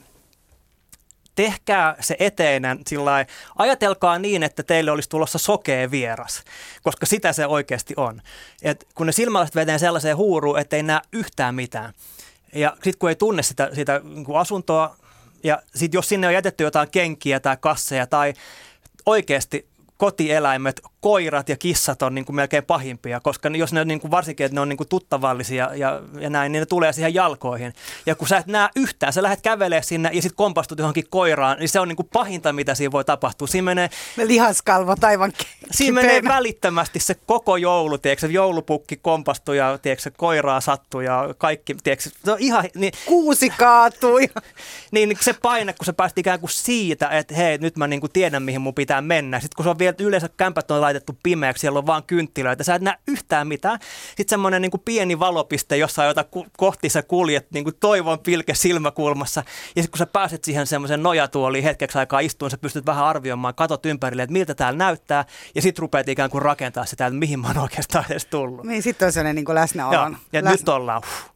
tehkää se eteinen sillai, ajatelkaa niin, että teille olisi tulossa sokea vieras, koska sitä se oikeasti on. Et kun ne silmälasit vetää sellaiseen huuruun, ettei näe yhtään mitään. Ja sitten kun ei tunne sitä, sitä niin kuin asuntoa, ja sitten jos sinne on jätetty jotain kenkiä tai kasseja tai oikeasti kotieläimet, koirat ja kissat on niin kuin melkein pahimpia, koska jos ne on niin kuin varsinkin, että ne on niin kuin tuttavallisia ja, ja näin, niin ne tulee siihen jalkoihin. Ja kun sä et näe yhtään, sä lähdet kävelemään sinne ja sitten kompastut johonkin koiraan, niin se on niin kuin pahinta, mitä siinä voi tapahtua. Siinä menee, lihaskalvot aivan siinä menee välittömästi se koko joulu, tiedätkö, joulupukki kompastuu ja tiedätkö, koiraa sattuu ja kaikki, tiedätkö, se on ihan niin, kuusi kaatuu. Niin se paine, kun sä pääst ikään kuin siitä, että hei, nyt mä niin kuin tiedän, mihin mun pitää mennä. Sitten kun se on vielä yleensä kämpät on laitettu pimeäksi, siellä on vaan kynttilöitä, sä et näe yhtään mitään. Sitten semmoinen niin kuin pieni valopiste, jossa jota kohti sä kuljet, niin kuin toivon pilke silmäkulmassa. Ja sitten kun sä pääset siihen semmoisen nojatuoliin hetkeksi aikaa istuun, sä pystyt vähän arvioimaan, katot ympärille, että miltä täällä näyttää. Ja sitten rupeat ikään kuin rakentaa sitä, että mihin mä oon oikeastaan edes tullut. Niin, sitten on sellainen niin kuin läsnäolon. Joo, ja Läsnä... nyt ollaan. Huh.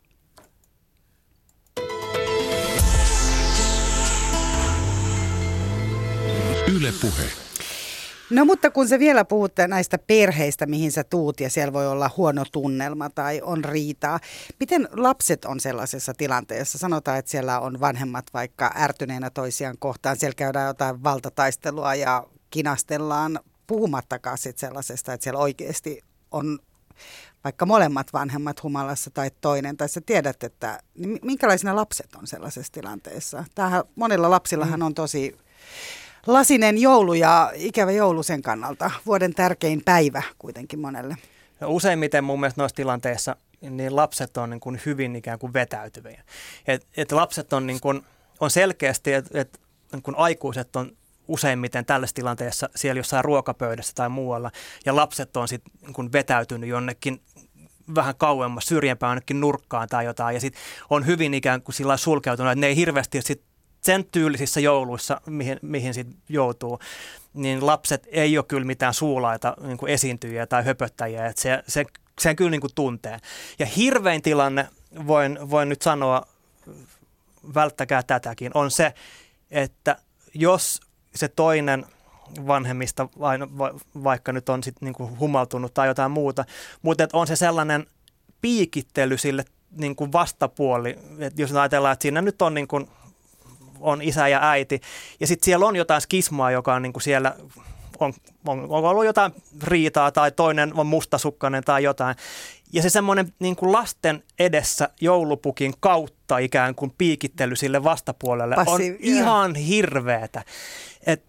Yle Puhe. No mutta kun sä vielä puhut näistä perheistä, mihin sä tuut ja siellä voi olla huono tunnelma tai on riitaa. Miten lapset on sellaisessa tilanteessa? Sanotaan, että siellä on vanhemmat vaikka ärtyneenä toisiaan kohtaan. Siellä käydään jotain valtataistelua ja kinastellaan, puhumattakaan sit sellaisesta, että siellä oikeasti on vaikka molemmat vanhemmat humalassa tai toinen. Tai sä tiedät, että minkälaisina lapset on sellaisessa tilanteessa. Tämähän, monilla lapsillahan on tosi lasinen joulu ja ikävä joulu sen kannalta. Vuoden tärkein päivä kuitenkin monelle. No useimmiten mun mielestä noissa tilanteissa niin lapset on niin kuin hyvin ikään kuin vetäytyviä. Et, et lapset on, niin kuin, on selkeästi, että et, niin kuin aikuiset on useimmiten tällaisessa tilanteessa siellä jossain ruokapöydässä tai muualla, ja lapset on sitten niin kuin vetäytynyt jonnekin vähän kauemmas, syrjempään ainakin nurkkaan tai jotain, ja sitten on hyvin ikään kuin sillä sulkeutunut, että ne ei hirveästi sit sen tyylisissä jouluissa, mihin, mihin sitten joutuu, niin lapset ei ole kyllä mitään suulaita niin kuin esiintyjiä tai höpöttäjiä, että se, se, sen kyllä niin kuin tuntee. Ja hirvein tilanne, voin, voin nyt sanoa, välttäkää tätäkin, on se, että jos se toinen vanhemmista, vaikka nyt on sit niinku humaltunut tai jotain muuta, mutta on se sellainen piikittely sille niinku vastapuoli, että jos ajatellaan, että siinä nyt on, niinku, on isä ja äiti, ja sitten siellä on jotain skismaa, joka on niinku siellä, on, on, on ollut jotain riitaa tai toinen on mustasukkainen tai jotain, ja se semmoinen niinku lasten edessä joulupukin kautta ikään kuin piikittely sille vastapuolelle Passi, on ihan hirveetä. Et,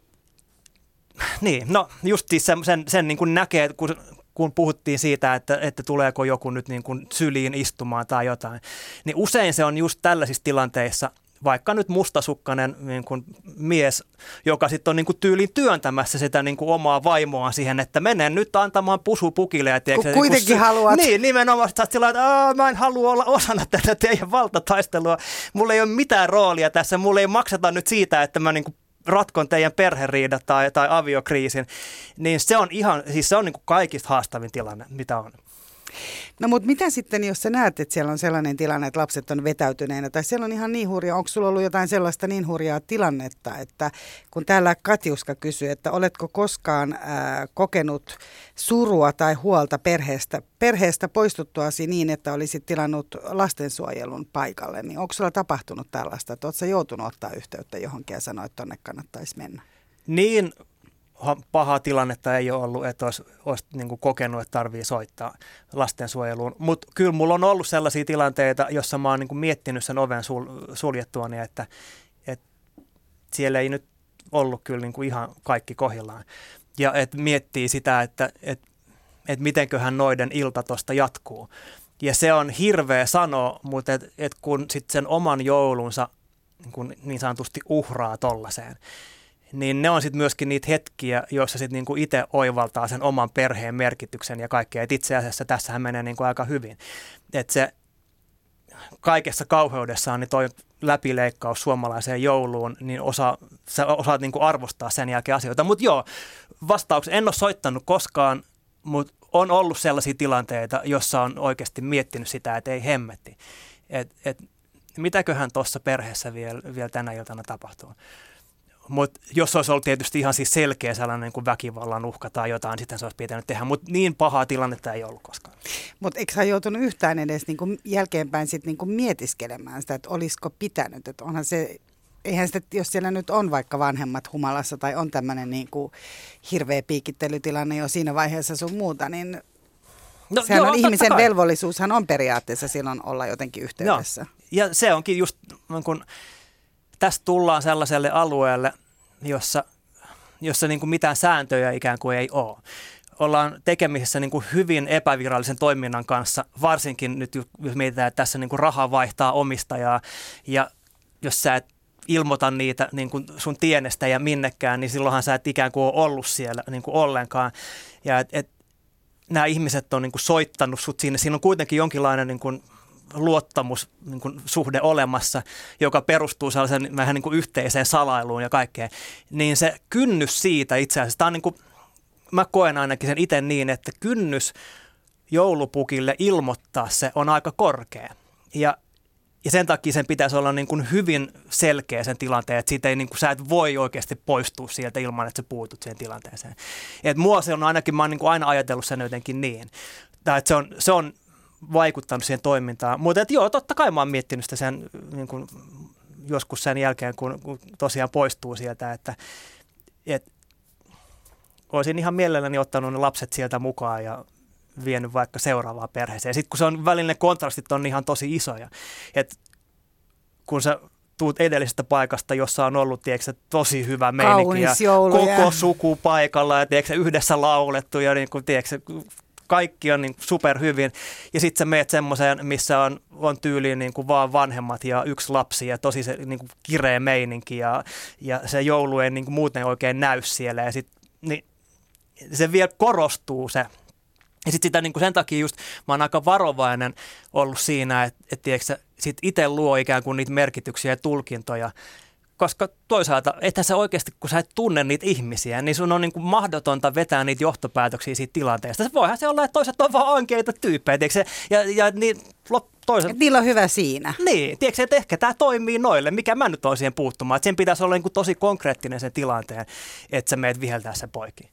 niin, no just siis sen, sen, sen niin kuin näkee, kun, kun puhuttiin siitä, että, että tuleeko joku nyt niin kuin syliin istumaan tai jotain, niin usein se on just tällaisissa tilanteissa, vaikka nyt mustasukkainen niin kuin mies, joka sitten on niin kuin tyyliin työntämässä sitä niin kuin omaa vaimoa siihen, että menen nyt antamaan pusupukille. Ja tiedätkö, kun kuitenkin niin kuin, haluat. Niin, nimenomaan sä oot sillä että mä en halua olla osana tätä teidän valtataistelua. Mulla ei ole mitään roolia tässä. Mulla ei makseta nyt siitä, että mä niin kuin ratkon teidän perheriidat tai, tai aviokriisin. Niin se on ihan, siis se on niin kuin kaikista haastavin tilanne, mitä on. No mutta mitä sitten, jos sä näet, että siellä on sellainen tilanne, että lapset on vetäytyneenä, tai siellä on ihan niin hurjaa, onko sulla ollut jotain sellaista niin hurjaa tilannetta, että kun täällä Katjuska kysyy, että oletko koskaan ää, kokenut surua tai huolta perheestä, perheestä poistuttuasi niin, että olisit tilannut lastensuojelun paikalle, niin onko sulla tapahtunut tällaista, että oletko sä joutunut ottaa yhteyttä johonkin ja sanoa, että tonne kannattaisi mennä? Niin. Pahaa tilannetta ei ole ollut, että olisi, olisi niin kuin kokenut, että tarvitsee soittaa lastensuojeluun. Mutta kyllä mulla on ollut sellaisia tilanteita, jossa mä oon niin kuin miettinyt sen oven sul, suljettuani, että, että siellä ei nyt ollut kyllä niin kuin ihan kaikki kohdillaan. Ja että miettii sitä, että, että, että mitenköhän noiden ilta tuosta jatkuu. Ja se on hirveä sanoa, mutta että, että kun sitten sen oman joulunsa niin, kuin niin sanotusti uhraa tollaiseen, niin ne on sitten myöskin niitä hetkiä, joissa sitten niinku itse oivaltaa sen oman perheen merkityksen ja kaikkea. Et itse asiassa tässähän menee niinku aika hyvin. Että se kaikessa kauheudessaan niin toi läpileikkaus suomalaiseen jouluun, niin osa, sä osaat niinku arvostaa sen jälkeen asioita. Mutta joo, vastauksen en ole soittanut koskaan, mutta on ollut sellaisia tilanteita, jossa on oikeasti miettinyt sitä, että ei hemmetti. Että et, mitäköhän tuossa perheessä vielä, vielä tänä iltana tapahtuu. Mutta jos olisi ollut tietysti ihan siis selkeä sellainen niin kuin väkivallan uhka tai jotain, sitten se olisi pitänyt tehdä. Mutta niin pahaa tilannetta ei ollut koskaan. Mutta eikö sä joutunut yhtään edes niin kuin jälkeenpäin sit niin kuin mietiskelemään sitä, että olisiko pitänyt? Että onhan se, eihän sitä, jos siellä nyt on vaikka vanhemmat humalassa tai on tämmöinen niin kuin hirveä piikittelytilanne jo siinä vaiheessa sun muuta, niin no, sehän joo, on ihmisen velvollisuushan on periaatteessa silloin olla jotenkin yhteydessä. Joo. Ja se onkin just niin kun tästä tullaan sellaiselle alueelle, jossa, jossa niin kuin mitään sääntöjä ikään kuin ei ole. Ollaan tekemisissä niin kuin hyvin epävirallisen toiminnan kanssa, varsinkin nyt jos mietitään, että tässä niin kuin raha vaihtaa omistajaa, ja jos sä et ilmoita niitä niin kuin sun tienestä ja minnekään, niin silloinhan sä et ikään kuin ole ollut siellä niin kuin ollenkaan. Ja et, et, nämä ihmiset on niin kuin soittanut sut sinne. Siinä on kuitenkin jonkinlainen niin kuin luottamus, niin kuin suhde olemassa, joka perustuu sellaisen vähän niin kuin yhteiseen salailuun ja kaikkeen, niin se kynnys siitä itse asiassa, tämä on niin kuin, mä koen ainakin sen itse niin, että kynnys joulupukille ilmoittaa se on aika korkea. Ja, ja sen takia sen pitäisi olla niin kuin hyvin selkeä sen tilanteen, että siitä ei, niin kuin, sä et voi oikeasti poistua sieltä ilman, että sä puutut siihen tilanteeseen. Et mua se on ainakin, mä oon niin kuin aina ajatellut sen jotenkin niin. Tai että se on, se on vaikuttanut siihen toimintaan. Mutta joo, totta kai mä oon miettinyt sitä sen, niin kun, joskus sen jälkeen, kun, kun tosiaan poistuu sieltä, että et, olisin ihan mielelläni ottanut ne lapset sieltä mukaan ja vienyt vaikka seuraavaan perheeseen. Sitten kun se on välillä ne kontrastit on ihan tosi isoja, että kun sä tuut edellisestä paikasta, jossa on ollut tiedätkö, tosi hyvä meininki ja koko suku paikalla ja tiedätkö, yhdessä laulettu ja niin kuin, tiedätkö, kaikki on niin superhyvin. Ja sitten sä meet semmoiseen, missä on, on tyyliin niin kuin vaan vanhemmat ja yksi lapsi ja tosi se niin kuin kireä meininki ja, ja se joulu ei niin kuin muuten oikein näy siellä. Ja sit, niin, se vielä korostuu se, Ja sitten sitä niin kuin sen takia just mä oon aika varovainen ollut siinä, että et, tiedätkö, sit itse luo ikään kuin niitä merkityksiä ja tulkintoja, koska toisaalta, ethän sä oikeasti, kun sä et tunne niitä ihmisiä, niin sun on niin kuin mahdotonta vetää niitä johtopäätöksiä siitä tilanteesta. Se voihan se olla, että toiset on vaan oikeita tyyppejä, tiedätkö? Ja, ja niin, toiset... Niillä on hyvä siinä. Niin, tiedätkö, että ehkä tämä toimii noille, mikä mä nyt oon siihen puuttumaan. Että sen pitäisi olla niin kuin tosi konkreettinen sen tilanteen, että sä meet viheltää sen poikiin.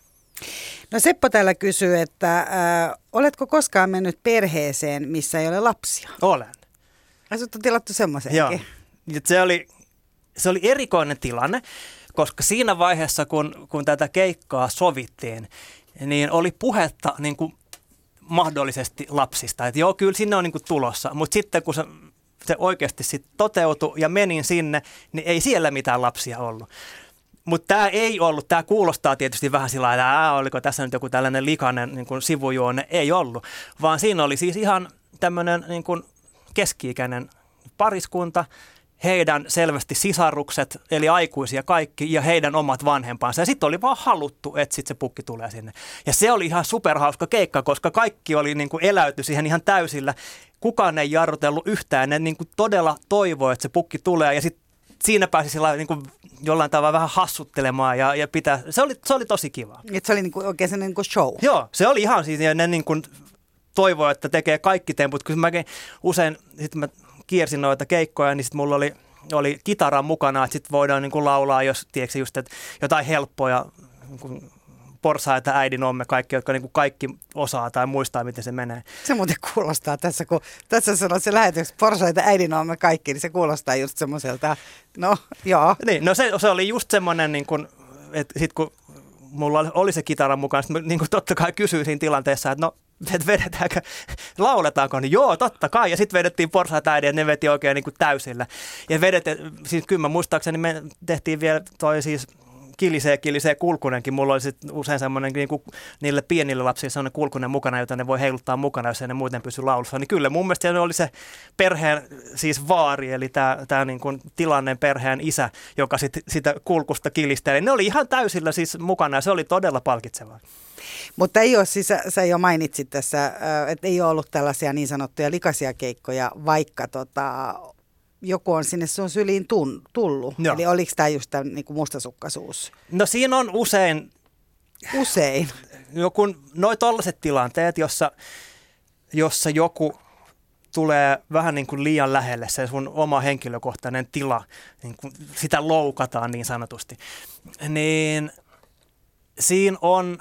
No Seppo täällä kysyy, että äh, oletko koskaan mennyt perheeseen, missä ei ole lapsia? Olen. Ai sut on tilattu semmoisenkin? Joo. Se oli, se oli erikoinen tilanne, koska siinä vaiheessa, kun, kun tätä keikkaa sovittiin, niin oli puhetta niin kuin mahdollisesti lapsista. Että joo, kyllä sinne on niin kuin tulossa, mutta sitten kun se, se oikeasti sit toteutui ja menin sinne, niin ei siellä mitään lapsia ollut. Mutta tämä ei ollut, tämä kuulostaa tietysti vähän sillä lailla, että ää, oliko tässä nyt joku tällainen likainen niin kuin sivujuone, ei ollut, vaan siinä oli siis ihan tämmöinen niin kuin keski-ikäinen pariskunta, heidän selvästi sisarukset, eli aikuisia kaikki, ja heidän omat vanhempansa. Ja sitten oli vaan haluttu, että sitten se pukki tulee sinne. Ja se oli ihan superhauska keikka, koska kaikki oli niin kuin eläyty siihen ihan täysillä. Kukaan ei jarrutellut yhtään, ne niin kuin todella toivoi, että se pukki tulee, ja sitten siinä pääsi sillä niin kuin jollain tavalla vähän hassuttelemaan ja, ja pitää, se oli, se oli tosi kiva. Et se oli niin kuin oikein sellainen niin kuin show. Joo, se oli ihan siis, ja ne niin kuin toivoi, että tekee kaikki temput, kun mäkin usein, sitten mä kiersin noita keikkoja, niin sitten mulla oli, oli kitaran mukana, että sitten voidaan niin kuin laulaa, jos tiedätkö just, että jotain helppoja, niin kuin porsaita, äidinomme, kaikki, jotka niin kuin kaikki osaa tai muistaa, miten se menee. Se muuten kuulostaa tässä, kun tässä sanoo se lähetys, porsaita, äidinomme, kaikki, niin se kuulostaa just semmoiselta, no joo. Niin, no se, se oli just semmoinen, niin kuin, että sitten kun mulla oli, oli se kitara mukana, sitten mä niin kuin totta kai kysyin siinä tilanteessa, että no, että vedetäänkö, lauletaanko, niin joo, totta kai. Ja sitten vedettiin porsaita äidin, ja ne veti oikein niin kuin täysillä. Ja vedettiin, siis kyllä mä muistaakseni me tehtiin vielä toi siis kilisee, kilisee kulkunenkin. Mulla oli sitten usein semmoinen niin kuin niille pienille lapsille semmoinen kulkunen mukana, jota ne voi heiluttaa mukana, jos ei ne muuten pysy laulussa. Niin kyllä mun mielestä se oli se perheen siis vaari, eli tämä, tämä niin kuin tilanneen perheen isä, joka sit, sitä kulkusta kilisteli. Ne oli ihan täysillä siis mukana ja se oli todella palkitsevaa. Mutta ei ole, siis sä, sä jo mainitsit tässä, että ei ole ollut tällaisia niin sanottuja likaisia keikkoja, vaikka tota, joku on sinne sun syliin tun, tullut. Joo. Eli oliko tämä just tämä niin kuin mustasukkaisuus? No siinä on usein... Usein? Joku, noi tollaiset tilanteet, jossa, jossa joku tulee vähän niin kuin liian lähelle, se sun oma henkilökohtainen tila, niin kuin sitä loukataan niin sanotusti, niin siinä on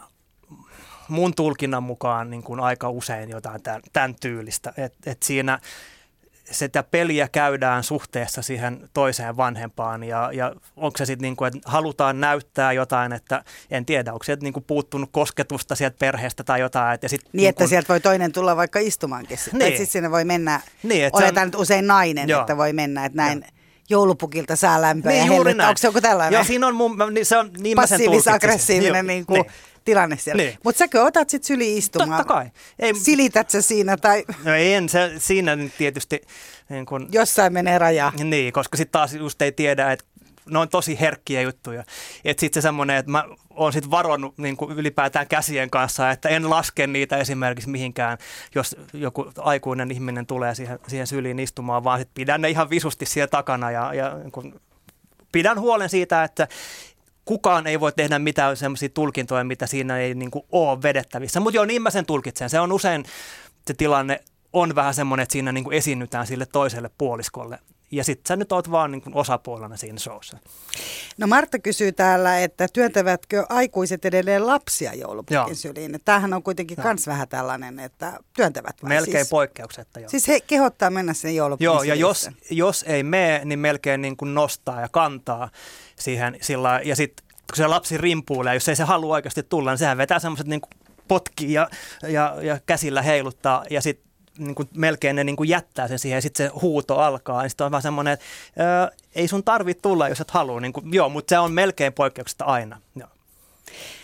mun tulkinnan mukaan niin kuin aika usein jotain tämän, tämän tyylistä, että et siinä sitä peliä käydään suhteessa siihen toiseen vanhempaan ja, ja onko se sitten niin kuin, että halutaan näyttää jotain, että en tiedä, onko sieltä niin kuin puuttunut kosketusta sieltä perheestä tai jotain. Että sit, niin, niin että kun, sieltä voi toinen tulla vaikka istumaankin. Niin. Tai sitten sinne voi mennä, niin, oletaan on, nyt usein nainen, joo, että voi mennä, että näin joo, joulupukilta saa lämpöä niin, ja helvettä. Onko se joku tällainen? Joo, siinä on mun, niin se on niin passiivis-aggressiivinen niin kuin niin tilanne siellä. Niin. Mutta säkö otat sitten syli istumaan? Totta kai. Ei, silität sä siinä tai... No en, se, siinä tietysti... Niin kun, jossain menee raja. Niin, koska sitten taas just ei tiedä, että ne on tosi herkkiä juttuja. Että sitten se semmoinen, että mä oon sitten varonnut niin kuin ylipäätään käsien kanssa, että en laske niitä esimerkiksi mihinkään, jos joku aikuinen ihminen tulee siihen, siihen syliin istumaan, vaan sitten pidän ne ihan visusti siellä takana ja, ja niin kun pidän huolen siitä, että kukaan ei voi tehdä mitään semmoisia tulkintoja, mitä siinä ei niin kuin ole vedettävissä. Mutta joo, niin mä sen tulkitsen. Se on usein se tilanne on vähän semmoinen, että siinä niin kuin esiinnytään sille toiselle puoliskolle. Ja sitten sä nyt oot vaan niin kuin osapuolena siinä showssa. No Martta kysyy täällä, että työntävätkö aikuiset edelleen lapsia joulupukin syliin? Tämähän on kuitenkin myös vähän tällainen, että työntävät vai? Melkein siis, poikkeuksetta, joo. Siis he kehottaa mennä sinne joulupukin joo, ja jos, jos ei mene, niin melkein niin kuin nostaa ja kantaa siihen sillä. Ja sitten kun se lapsi rimpuilee, jos ei se halua oikeasti tulla, niin sehän vetää semmoiset niin kuin potkii ja, ja, ja käsillä heiluttaa ja sitten niin kuin melkein ne niin kuin jättää sen siihen ja sitten se huuto alkaa. Ja sitten on vähän semmoinen, että ää, ei sun tarvitse tulla, jos et halua. Niin kuin, joo, mutta se on melkein poikkeuksesta aina. Joo.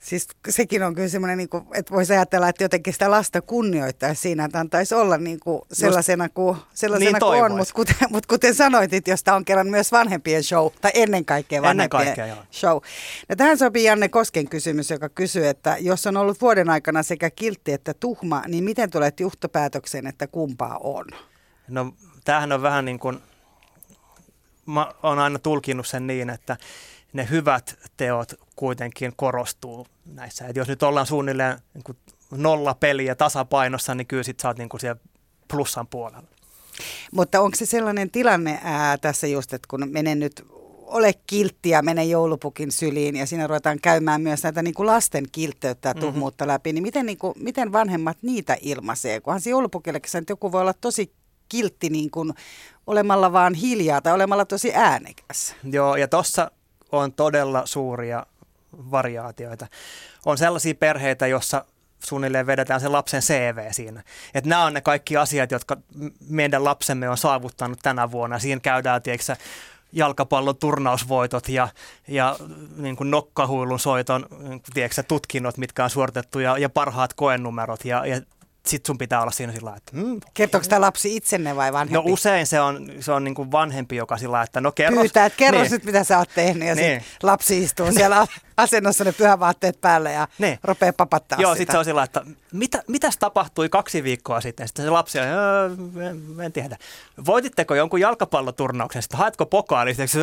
Siis sekin on kyllä semmoinen, niin kuin, että voisi ajatella, että jotenkin sitä lasta kunnioittaa siinä, että antaisi olla niin kuin sellaisena kuin, sellaisena niin kuin on. Mutta kuten, mutta kuten sanoitit, josta on kerran myös vanhempien show, tai ennen kaikkea vanhempien ennen kaikkea, show. Ja tähän sopii Janne Kosken kysymys, joka kysyy, että jos on ollut vuoden aikana sekä kiltti että tuhma, niin miten tulet johtopäätökseen, että kumpaa on? No tämähän on vähän niin kuin, mä oon aina tulkinnut sen niin, että ne hyvät teot kuitenkin korostuu näissä. Et jos nyt ollaan suunnilleen niin kuin nolla peliä tasapainossa, niin kyllä sit sä oot niin kuin siellä plussan puolella. Mutta onko se sellainen tilanne ää, tässä just, että kun menen nyt, ole kiltti ja mene joulupukin syliin ja siinä ruvetaan käymään myös näitä niin kuin lasten kiltteyttä ja tuhmuutta mm-hmm. läpi, niin miten, niin kuin, miten vanhemmat niitä ilmaisee? Kunhan se joulupukillekin että joku voi olla tosi kiltti niin kuin olemalla vaan hiljaa tai olemalla tosi äänekäs. Joo, ja tossa on todella suuria variaatioita. On sellaisia perheitä, jossa suunnilleen vedetään se lapsen C V siinä. Että nämä on ne kaikki asiat, jotka meidän lapsemme on saavuttanut tänä vuonna. Siinä käydään, tiedätkö, jalkapallon turnausvoitot ja, ja niin kuin nokkahuilun soiton tiedätkö, tutkinnot, mitkä on suoritettu ja, ja parhaat koenumerot ja, ja sitten sun pitää olla siinä sillä lailla, että... Mm, kertooko tämä lapsi itsenne vai vanhempi? No usein se on, se on niin kuin vanhempi, joka sillä lailla, että no kerros... Pyytää, että kerros niin. nyt, mitä sä oot tehnyt. Ja niin. Sitten lapsi istuu siellä asennossa ne pyhävaatteet päälle ja niin. rupeaa papattaa Joo, sitä. sitten se on sillä lailla, että mitä, mitäs tapahtui kaksi viikkoa sitten? Sitten se lapsi on, en, en tiedä. Voititteko jonkun jalkapalloturnauksen? Sitten haetko pokaali? Sitten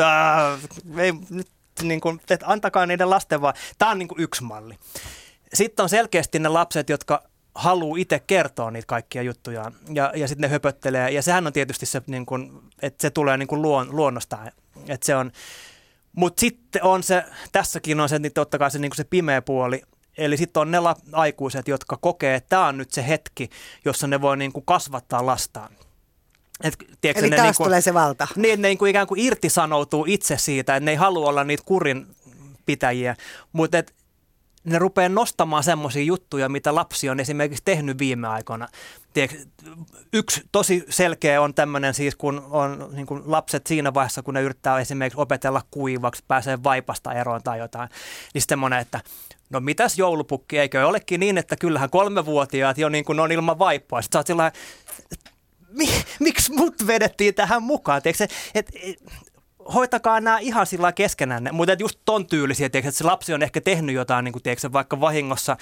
ei nyt niin kuin, että antakaa niiden lasten vaan. Tämä on niin kuin yksi malli. Sitten on selkeästi ne lapset, jotka haluaa itse kertoa niitä kaikkia juttujaan ja, ja sitten ne höpöttelee. Ja sehän on tietysti se, niin kun, että se tulee niin kun luon, luonnostaan. Että se on, mutta sitten on se, tässäkin on se, niin totta kai se, niin kun se pimeä puoli. Eli sitten on ne la, aikuiset, jotka kokee, että tämä on nyt se hetki, jossa ne voi niin kun kasvattaa lastaan. Et, tiedätkö, Eli ne taas niin kun, tulee se valta. Niin, ne niin kun ikään kuin irtisanoutuu itse siitä, että ne ei halua olla niitä kurinpitäjiä, mutta et, ne rupeaa nostamaan semmoisia juttuja, mitä lapsi on esimerkiksi tehnyt viime aikoina. Tiedätkö, yksi tosi selkeä on tämmöinen siis, kun on niin kun lapset siinä vaiheessa, kun ne yrittää esimerkiksi opetella kuivaksi, pääsee vaipasta eroon tai jotain, niin semmoinen, että no mitäs joulupukki, eikö olekin niin, että kyllähän kolmevuotiaat jo niin kuin on ilman vaippua. Sitten sä oot sillä Mi- miksi mut vedettiin tähän mukaan? Tiedätkö, et, et, hoitakaa nämä ihan sillä keskenään, mutta just ton tyylisiä, tiedätkö, että se lapsi on ehkä tehnyt jotain, niin kuin, tiedätkö, vaikka vahingossa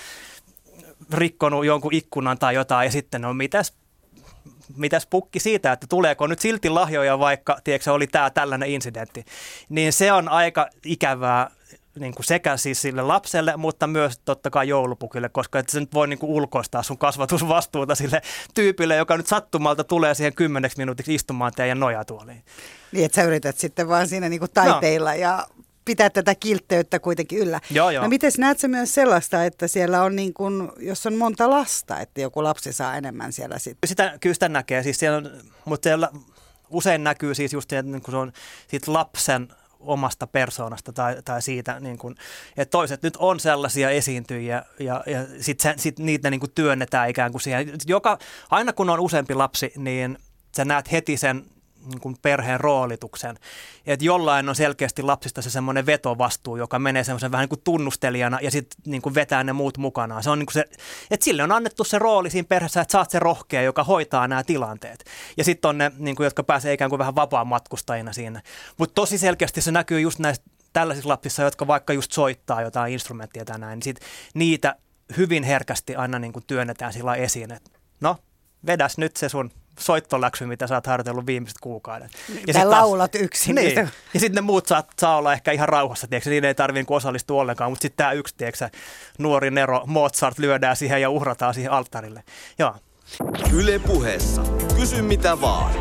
rikkonut jonkun ikkunan tai jotain, ja sitten no mitäs, mitäs pukki siitä, että tuleeko nyt silti lahjoja, vaikka tiedätkö, oli tämä tällainen incidentti. Niin se on aika ikävää niin kuin sekä siis sille lapselle, mutta myös totta kai joulupukille, koska et se nyt voi niin kuin ulkoistaa sun kasvatusvastuuta sille tyypille, joka nyt sattumalta tulee siihen kymmeneksi minuutiksi istumaan teidän nojatuoliin. Niin, että sä yrität sitten vaan siinä niin kuin taiteilla no. ja pitää tätä kiltteyttä kuitenkin yllä. Joo, joo. No miten näet sä myös sellaista, että siellä on niin kuin, jos on monta lasta, että joku lapsi saa enemmän siellä sitten? Sitä, kyllä sitä näkee, siis siellä on, mutta siellä usein näkyy siis just se, niin kuin se on siitä lapsen omasta persoonasta tai, tai siitä, niin kuin, että toiset nyt on sellaisia esiintyjiä ja, ja sitten sit niitä niin kuin työnnetään ikään kuin siihen. Joka, aina kun on useampi lapsi, niin sä näet heti sen niin kuin perheen roolituksen. Että jollain on selkeästi lapsista se semmoinen vetovastuu, joka menee semmoisen vähän niin kuin tunnustelijana ja sitten niin kuin vetää ne muut mukanaan. Se on niin kuin se, että sille on annettu se rooli siinä perheessä, että sä oot se rohkea, joka hoitaa nämä tilanteet. Ja sitten on ne, niin kuin, jotka pääsee ikään kuin vähän vapaan matkustajina siinä. Mutta tosi selkeästi se näkyy just näissä tällaisissa lapsissa, jotka vaikka just soittaa jotain instrumenttia tai näin, niin sit niitä hyvin herkästi aina niin kuin työnnetään sillä esiin, että no, vedäs nyt se sun soittoläksy, mitä sä oot harjoitellut viimeiset kuukaudet. Ja tai laulat yksin. Niin. Ja sitten ne muut saa, saa olla ehkä ihan rauhassa, tiedätkö? Niiden ei tarvitse osallistua ollenkaan, mutta sitten tämä yksi, tiedätkö? Nuori Nero Mozart lyödään siihen ja uhrataan siihen alttarille. Joo. Yle Puheessa. Kysy mitä vaan.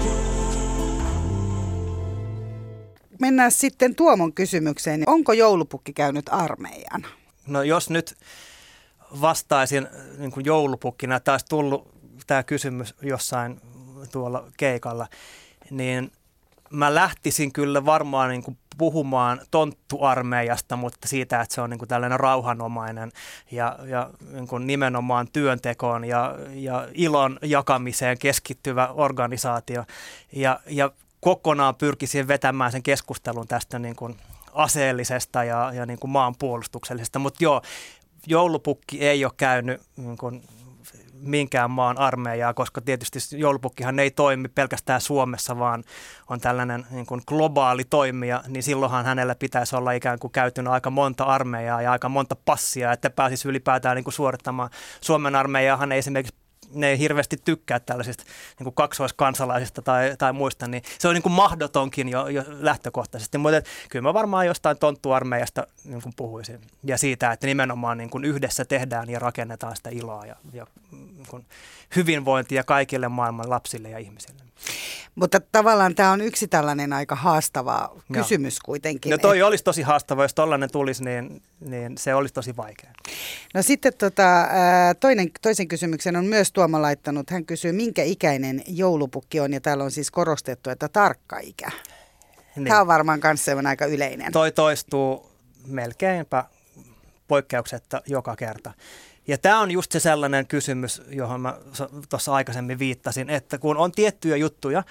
Mennään sitten Tuomon kysymykseen. Onko joulupukki käynyt armeijan? No jos nyt vastaisin niin kuin joulupukkina, että olisi tullut tämä kysymys jossain tuolla keikalla, niin mä lähtisin kyllä varmaan niin kuin puhumaan tonttuarmeijasta, mutta siitä, että se on niin kuin tällainen rauhanomainen ja, ja niin kuin nimenomaan työntekoon ja, ja ilon jakamiseen keskittyvä organisaatio. Ja, ja kokonaan pyrkisin vetämään sen keskustelun tästä niin kuin aseellisesta ja, ja niin kuin maanpuolustuksellisesta. Mutta joo, joulupukki ei ole käynyt niin kuin minkään maan armeijaa, koska tietysti joulupukkihan ei toimi pelkästään Suomessa, vaan on tällainen niin kuin globaali toimija, niin silloinhan hänellä pitäisi olla ikään kuin käytynyt aika monta armeijaa ja aika monta passia, että pääsisi ylipäätään niin kuin suorittamaan. Suomen armeijahan ei esimerkiksi ne ei hirveästi tykkää tällaisista niin kuin kaksoiskansalaisista tai, tai muista, niin se on niin kuin mahdotonkin jo, jo lähtökohtaisesti. Mutta kyllä mä varmaan jostain tonttuarmeijasta niin kuin puhuisin ja siitä, että nimenomaan niin kuin yhdessä tehdään ja rakennetaan sitä iloa ja, ja niin kuin hyvinvointia kaikille maailman lapsille ja ihmisille. Mutta tavallaan tämä on yksi tällainen aika haastava kysymys Joo. kuitenkin. No toi et... olisi tosi haastava, jos tollainen tulisi, niin, niin se olisi tosi vaikea. No sitten tota, toinen, toisen kysymyksen on myös Tuomo laittanut. Hän kysyy, minkä ikäinen joulupukki on, ja täällä on siis korostettu, että tarkka ikä. Niin. Tämä on varmaan myös sellainen aika yleinen. Toi toistuu melkeinpä poikkeuksetta joka kerta. Ja tämä on just se sellainen kysymys, johon mä tuossa aikaisemmin viittasin, että kun on tiettyjä juttuja,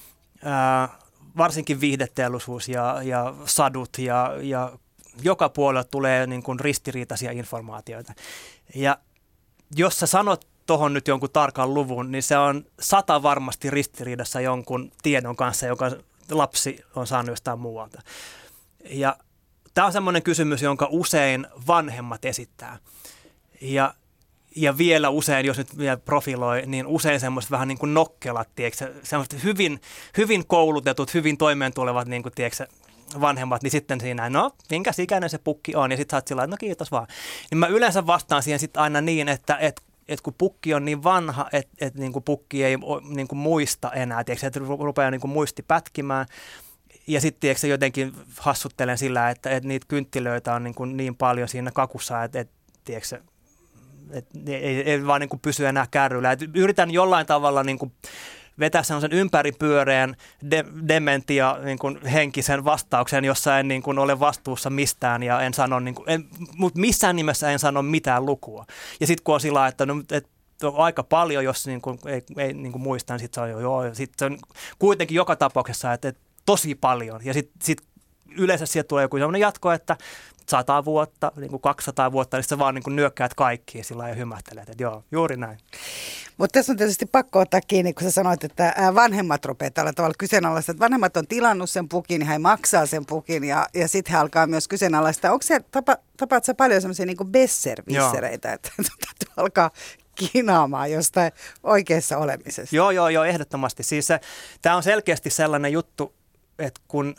ää, varsinkin viihdeteollisuus ja, ja sadut ja, ja joka puolella tulee niin kuin ristiriitaisia informaatioita. Ja jos sä sanot tuohon nyt jonkun tarkan luvun, niin se on sata varmasti ristiriidassa jonkun tiedon kanssa, joka lapsi on saanut jostain muualta. Ja tämä on semmoinen kysymys, jonka usein vanhemmat esittää. Ja, ja vielä usein, jos nyt vielä profiloi, niin usein semmoiset vähän niin kuin nokkelat, tiedätkö, semmoiset hyvin, hyvin koulutetut, hyvin toimeentulevat niin kuin, tiedätkö, vanhemmat, niin sitten siinä, no, minkäs ikäinen se pukki on, ja sitten sä oot sillä, no kiitos vaan. Niin mä yleensä vastaan siihen sitten aina niin, että et, et kun pukki on niin vanha, että et, niin kuin pukki ei niin kuin muista enää, tiedätkö, että rupeaa niin kuin muisti pätkimään. Ja sitten tiedätkö, jotenkin hassuttelen sillä, että et niitä kynttilöitä on niin, kuin niin paljon siinä kakussa, että et, tiedätkö, että ei, ei vaan niin kuin pysy enää kärryillä. Et yritän jollain tavalla niin kuin vetää sellaisen ympäripyöreän de, dementia niin kuin henkisen vastauksen, jossa en niin kuin ole vastuussa mistään ja en sano, niin kuin, en, mutta missään nimessä en sano mitään lukua. Ja sitten kun on sillä että no, et, on aika paljon, jos niin kuin, ei, ei niin kuin muista, niin sitten se on jo joo. Sitten se on kuitenkin joka tapauksessa, että, että tosi paljon. Ja sitten sit yleensä sieltä tulee joku sellainen jatko, että sata vuotta, niin kuin kaksisataa vuotta, niin sä vaan niin kuin nyökkäät kaikkiin sillä ja hymähtelet, että joo, juuri näin. Mutta tässä on tietysti pakko ottaa kiinni, kun sä sanoit, että vanhemmat rupeaa tällä tavalla kyseenalaista, että vanhemmat on tilannut sen pukin, he maksaa sen pukin ja, ja sitten he alkaa myös kyseenalaista. Onko se, tapa, tapaat sä paljon semmoisia niin kuin besservissereitä, että täytyy alkaa kinaamaan jostain oikeassa olemisesta? Joo, joo, joo, ehdottomasti. Siis tämä on selkeästi sellainen juttu, että kun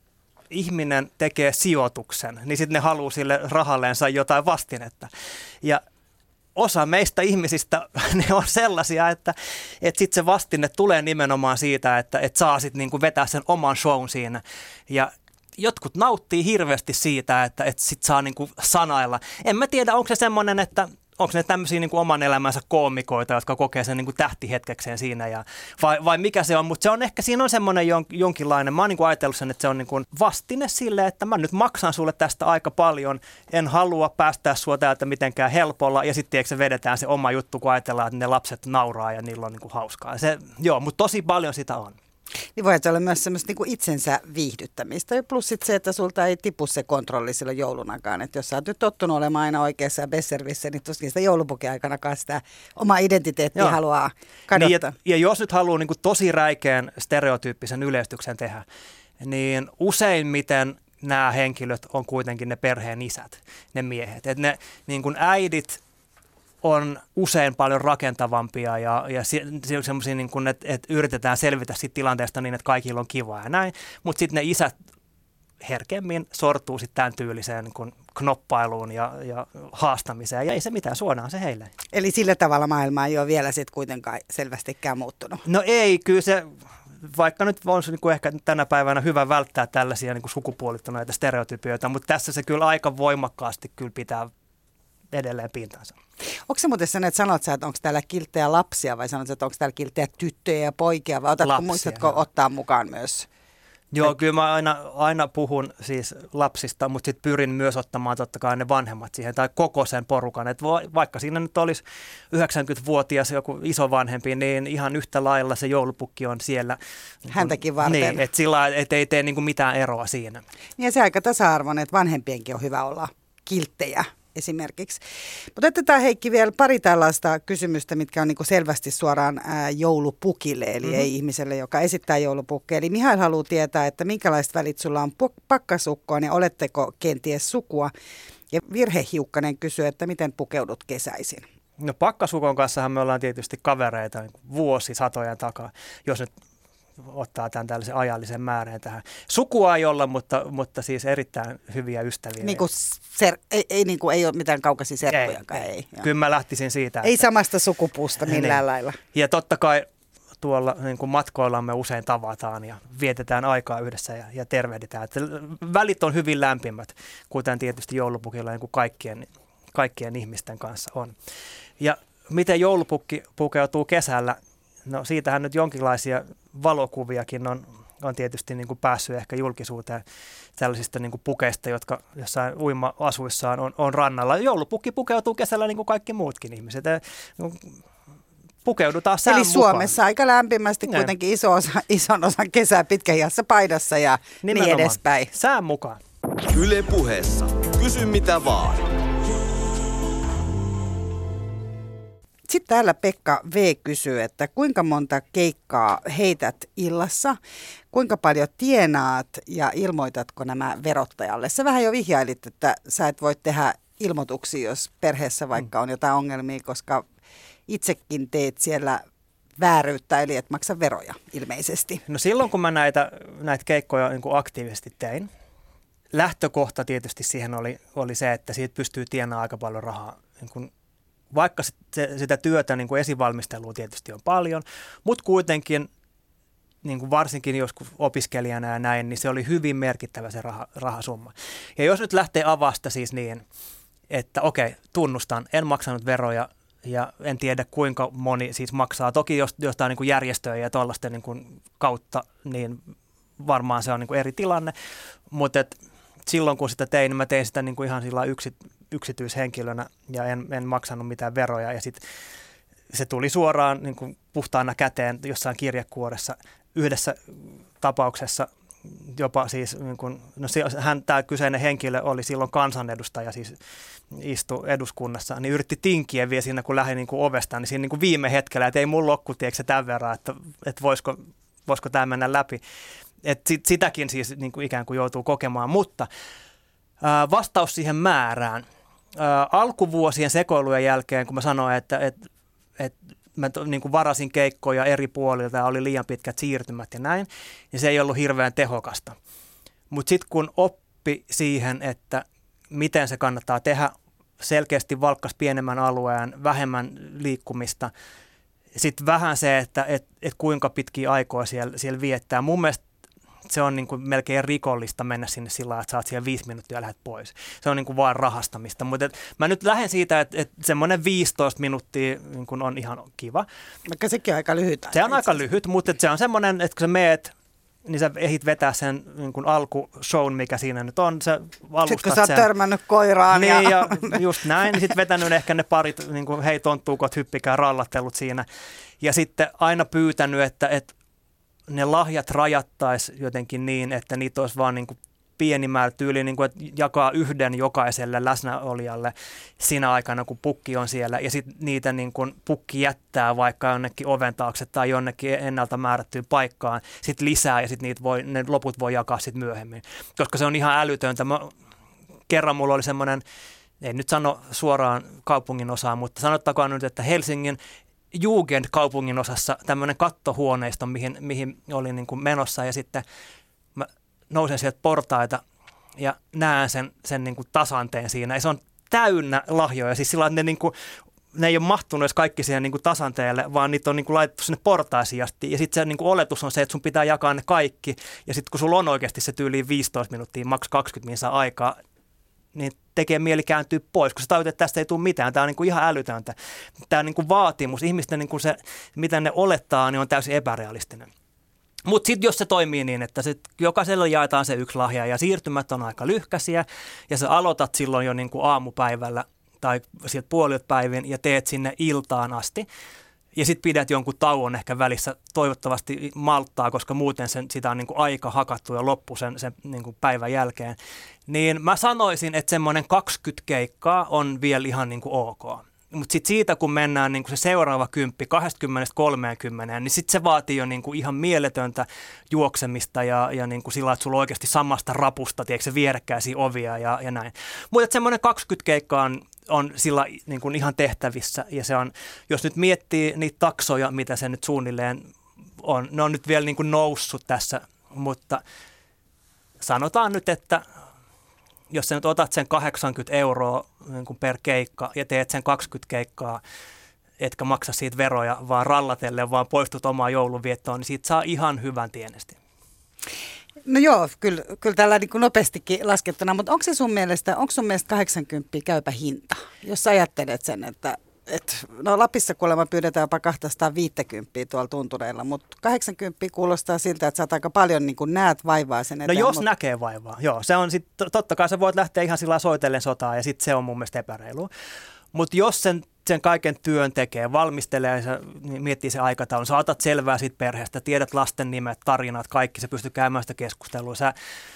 ihminen tekee sijoituksen, niin sitten ne haluaa sille rahalleensa jotain vastinetta. Ja osa meistä ihmisistä, ne on sellaisia, että, että sitten se vastine tulee nimenomaan siitä, että, että saa sitten niinku vetää sen oman shown siinä. Ja jotkut nauttii hirveästi siitä, että, että sitten saa niinku sanailla. En mä tiedä, onko se semmoinen, että onko ne tämmöisiä niin kuin oman elämänsä koomikoita, jotka kokee sen niin kuin tähtihetkekseen siinä, ja, vai, vai mikä se on, mutta se on ehkä, siinä on semmoinen jon, jonkinlainen, mä oon niin kuin ajatellut sen, että se on niin kuin vastine sille, että mä nyt maksan sulle tästä aika paljon, en halua päästää sua täältä mitenkään helpolla, ja sitten se vedetään se oma juttu, kun ajatellaan, että ne lapset nauraa ja niillä on niin kuin hauskaa. Se, joo, mutta tosi paljon sitä on. Niin voi olla myös semmoista niin kuin itsensä viihdyttämistä. Plus sitten se, että sulta ei tipu se kontrolli silloin joulunakaan. Että jos sä oot nyt tottunut olemaan aina oikeassa ja besservissä, niin tuskin sitä joulupukin aikanakaan sitä omaa identiteettiä Joo. haluaa kadottaa. Niin, ja, ja jos nyt haluaa niin kuin tosi räikeän stereotyyppisen yleistyksen tehdä, niin useimmiten nämä henkilöt on kuitenkin ne perheen isät, ne miehet. Että ne niin kuin äidit on usein paljon rakentavampia ja, ja se, semmoisia, niin kuin, että, että yritetään selvitä siitä tilanteesta niin, että kaikilla on kivaa ja näin. Mutta sitten ne isät herkemmin sortuu sitten tämän tyyliseen niin kuin knoppailuun ja, ja haastamiseen. Ja ei se mitään, suodaan se heille. Eli sillä tavalla maailma ei ole vielä sitten kuitenkaan selvästikään muuttunut. No ei, kyllä se, vaikka nyt on niin kuin ehkä tänä päivänä hyvä välttää tällaisia niin kuin sukupuolittuneita stereotypioita, mutta tässä se kyllä aika voimakkaasti kyllä pitää edelleen pintansa. Onko se muuten sanonut, että sanot sä, että onko täällä kilttejä lapsia vai sanot, että onko täällä kilttejä tyttöjä ja poikia vai otatko, lapsia, muistatko joo. ottaa mukaan myös Joo, kyllä mä aina, aina puhun siis lapsista, mutta sitten pyrin myös ottamaan totta kai ne vanhemmat siihen tai koko sen porukan. Et vaikka siinä nyt olisi yhdeksänkymmentävuotias joku isovanhempi, niin ihan yhtä lailla se joulupukki on siellä. Häntäkin varten. Niin, että sillä et ei tee niinku mitään eroa siinä. Ja se aika tasa-arvoinen, että vanhempienkin on hyvä olla kilttejä esimerkiksi. Mutta otetaan Heikki vielä pari tällaista kysymystä, mitkä on niinku selvästi suoraan ää, joulupukille, eli mm-hmm. ei ihmiselle, joka esittää joulupukkeja. Eli Mihail haluaa tietää, että minkälaiset välit sulla on pakkasukkoon ja oletteko kenties sukua? Ja Virhehiukkanen kysyy, että miten pukeudut kesäisin? No pakkasukon kanssahan me ollaan tietysti kavereita niin vuosisatojen takaa, jos nyt ottaa tämän tällaisen ajallisen määrän tähän. Sukua ei olla, mutta, mutta siis erittäin hyviä ystäviä. Niin kuin ser- ei, ei, niin kuin ei ole mitään kaukaisia serkkujakaan. Ei, ei. Kyllä mä lähtisin siitä. Ei että... samasta sukupuusta millään niin. lailla. Ja totta kai tuolla niin kuin matkoillamme usein tavataan ja vietetään aikaa yhdessä ja, ja tervehditään. Että välit on hyvin lämpimät, kuten tietysti joulupukilla niin kuin kaikkien, kaikkien ihmisten kanssa on. Ja miten joulupukki pukeutuu kesällä? No siitähän nyt jonkinlaisia valokuviakin on, on tietysti niin kuin päässyt ehkä julkisuuteen tällaisista niin kuin pukeista, jotka jossain uima-asuissaan on, on rannalla. Joulupukki pukeutuu kesällä niin kuin kaikki muutkin ihmiset. Ja, niin pukeudutaan sään Eli mukaan. Suomessa aika lämpimästi ne. Kuitenkin iso osa, ison osan kesää pitkähiässä paidassa ja nimenomaan. Niin edespäin. Sään mukaan. Yle Puheessa. Kysy mitä vaan. Sitten täällä Pekka V kysyy, että kuinka monta keikkaa heität illassa, kuinka paljon tienaat ja ilmoitatko nämä verottajalle? Sä vähän jo vihjailit, että sä et voi tehdä ilmoituksia, jos perheessä vaikka on jotain ongelmia, koska itsekin teet siellä vääryyttä, eli et maksa veroja ilmeisesti. No silloin, kun mä näitä, näitä keikkoja niin kuin aktiivisesti tein, lähtökohta tietysti siihen oli, oli se, että siitä pystyy tienaamaan aika paljon rahaa. Niin kuin, vaikka se, sitä työtä, niin kuin esivalmistelua tietysti on paljon, mutta kuitenkin niin kuin varsinkin joskus opiskelijana ja näin, niin se oli hyvin merkittävä se raha, rahasumma. Ja jos nyt lähtee avasta siis niin, että okei, tunnustan, en maksanut veroja, ja en tiedä kuinka moni siis maksaa. Toki jos jostain niin kuin järjestöjä ja tuollaisten niin kuin kautta, niin varmaan se on niin kuin eri tilanne. Mutta silloin kun sitä tein, niin mä tein sitä niin kuin ihan sillä yksi, yksityishenkilönä ja en, en maksanut mitään veroja. Ja sitten se tuli suoraan niin kuin puhtaana käteen jossain kirjekuoressa. Yhdessä tapauksessa jopa siis, niin kuin, no hän, tämä kyseinen henkilö oli silloin kansanedustaja, siis istui eduskunnassa, niin yritti tinkiä vielä siinä, kun lähdin niin kuin ovesta, niin siinä niin kuin viime hetkellä, että ei mun lokku, tiedätkö tämän verran, että, että voisiko, voisiko tämä mennä läpi. Että sit, sitäkin siis niin kuin ikään kuin joutuu kokemaan, mutta ää, vastaus siihen määrään. Ää, alkuvuosien sekoilujen jälkeen, kun mä sanoin, että, että, että mä niin kuin varasin keikkoja eri puolilta ja oli liian pitkät siirtymät ja näin, niin se ei ollut hirveän tehokasta. Mutta sitten kun oppi siihen, että miten se kannattaa tehdä, selkeästi valkkas pienemmän alueen, vähemmän liikkumista, sitten vähän se, että et, et kuinka pitkiä aikoja siellä, siellä viettää. Mun mielestä se on niin kuin melkein rikollista mennä sinne sillä lailla, että saat siellä viisi minuuttia ja lähdet pois. Se on niin kuin vaan rahastamista. Mutta mä nyt lähden siitä, että, että semmoinen viisitoista minuuttia niin kuin on ihan kiva. Vaikka sekin on aika lyhyt. Se on aika lyhyt, mutta se on semmoinen, että kun sä meet, niin sä ehdit vetää sen niin kuin alkushown, mikä siinä nyt on. Sä alustat sitten kun sä oot sen. Törmännyt koiraan. Niin, ja, ja just näin. Niin sitten vetänyt ehkä ne parit, niin kuin hei tonttuukot, hyppikää, rallattelut siinä. Ja sitten aina pyytänyt, että, että ne lahjat rajattaisiin jotenkin niin, että niitä olisi vaan niin kuin pienimmältä tyyliin, niin kuin, että jakaa yhden jokaiselle läsnäolijalle siinä aikana, kun pukki on siellä. Ja sitten niitä niin kuin pukki jättää vaikka jonnekin oven taakse tai jonnekin ennalta määrättyyn paikkaan sitten lisää ja sitten niitä voi, ne loput voi jakaa sitten myöhemmin. Koska se on ihan älytöntä. Mä, kerran mulla oli semmoinen, ei nyt sano suoraan kaupungin osaa, mutta sanottakoon nyt, että Helsingin Jugend-kaupungin osassa tämmöinen kattohuoneisto, mihin, mihin olin niin kuin menossa ja sitten mä nousen sieltä portaita ja näen sen, sen niin kuin tasanteen siinä. Ja se on täynnä lahjoja, siis sillä ne, niin kuin, ne ei ole mahtunut edes kaikki siihen niin kuin tasanteelle, vaan niitä on niin kuin laitettu sinne portaisiin asti. Ja sitten se niin kuin oletus on se, että sun pitää jakaa ne kaikki. Ja sitten kun sulla on oikeasti se tyyliin viisitoista minuuttia, maks kaksikymmentä minuuttia aikaa, niin tekee mieli kääntyä pois, kun sä tajut, että tästä ei tule mitään. Tämä on niin kuin ihan älytöntä. Tämä niin kuin vaatimus, ihmisten niin kuin se, mitä ne olettaa, niin on täysin epärealistinen. Mutta sitten jos se toimii niin, että sit jokaiselle jaetaan se yksi lahja ja siirtymät on aika lyhkäisiä ja sä aloitat silloin jo niin kuin aamupäivällä tai sieltä puolilta päivin ja teet sinne iltaan asti ja sitten pidät jonkun tauon ehkä välissä, toivottavasti malttaa, koska muuten sen, sitä on niin kuin aika hakattu ja loppu sen, sen niin kuin päivän jälkeen, niin mä sanoisin, että semmoinen kaksikymmentä keikkaa on vielä ihan niin kuin ok. Mutta sitten siitä, kun mennään niin kuin se seuraava kymppi, kaksikymmentä kolmekymmentä, niin sitten se vaatii jo niin kuin ihan mieletöntä juoksemista ja, ja niin kuin sillä, että sulla on oikeasti samasta rapusta, tiedätkö, vierekkäisiä ovia ja, ja näin. Mutta semmoinen kaksikymmentä keikkaa on, on sillä niin kuin ihan tehtävissä ja se on, jos nyt miettii niitä taksoja, mitä se nyt suunnilleen on, ne on nyt vielä niin kuin noussut tässä, mutta sanotaan nyt, että jos sä nyt otat sen kahdeksankymmentä euroa niin kuin per keikka ja teet sen kaksikymmentä keikkaa, etkä maksa siitä veroja, vaan rallatellen, vaan poistut omaan joulunviettoon, niin siitä saa ihan hyvän tienesti. No joo, kyllä, kyllä tällä niin kuin nopeastikin laskettuna, mutta onko se sun mielestä, onko sun mielestä kahdeksankymmentä käypä hinta? Jos sä ajattelet sen, että et, no Lapissa kuulemma pyydetään jopa kaksisataaviisikymmentä tuolla tuntureilla, mutta kahdeksankymmentä kuulostaa siltä, että sä oot aika paljon niin kuin näet vaivaa sen eteen. No jos mutta näkee vaivaa, joo. Se on sit, totta kai sä voit lähteä ihan sillä soitellen sotaa ja sitten se on mun mielestä epäreilu. Mutta jos sen, sen kaiken työn tekee, valmistelee ja niin miettii se aikataulun, sä otat selvää siitä perheestä, tiedät lasten nimet, tarinat, kaikki, sä pystyt käymään sitä keskustelua, sä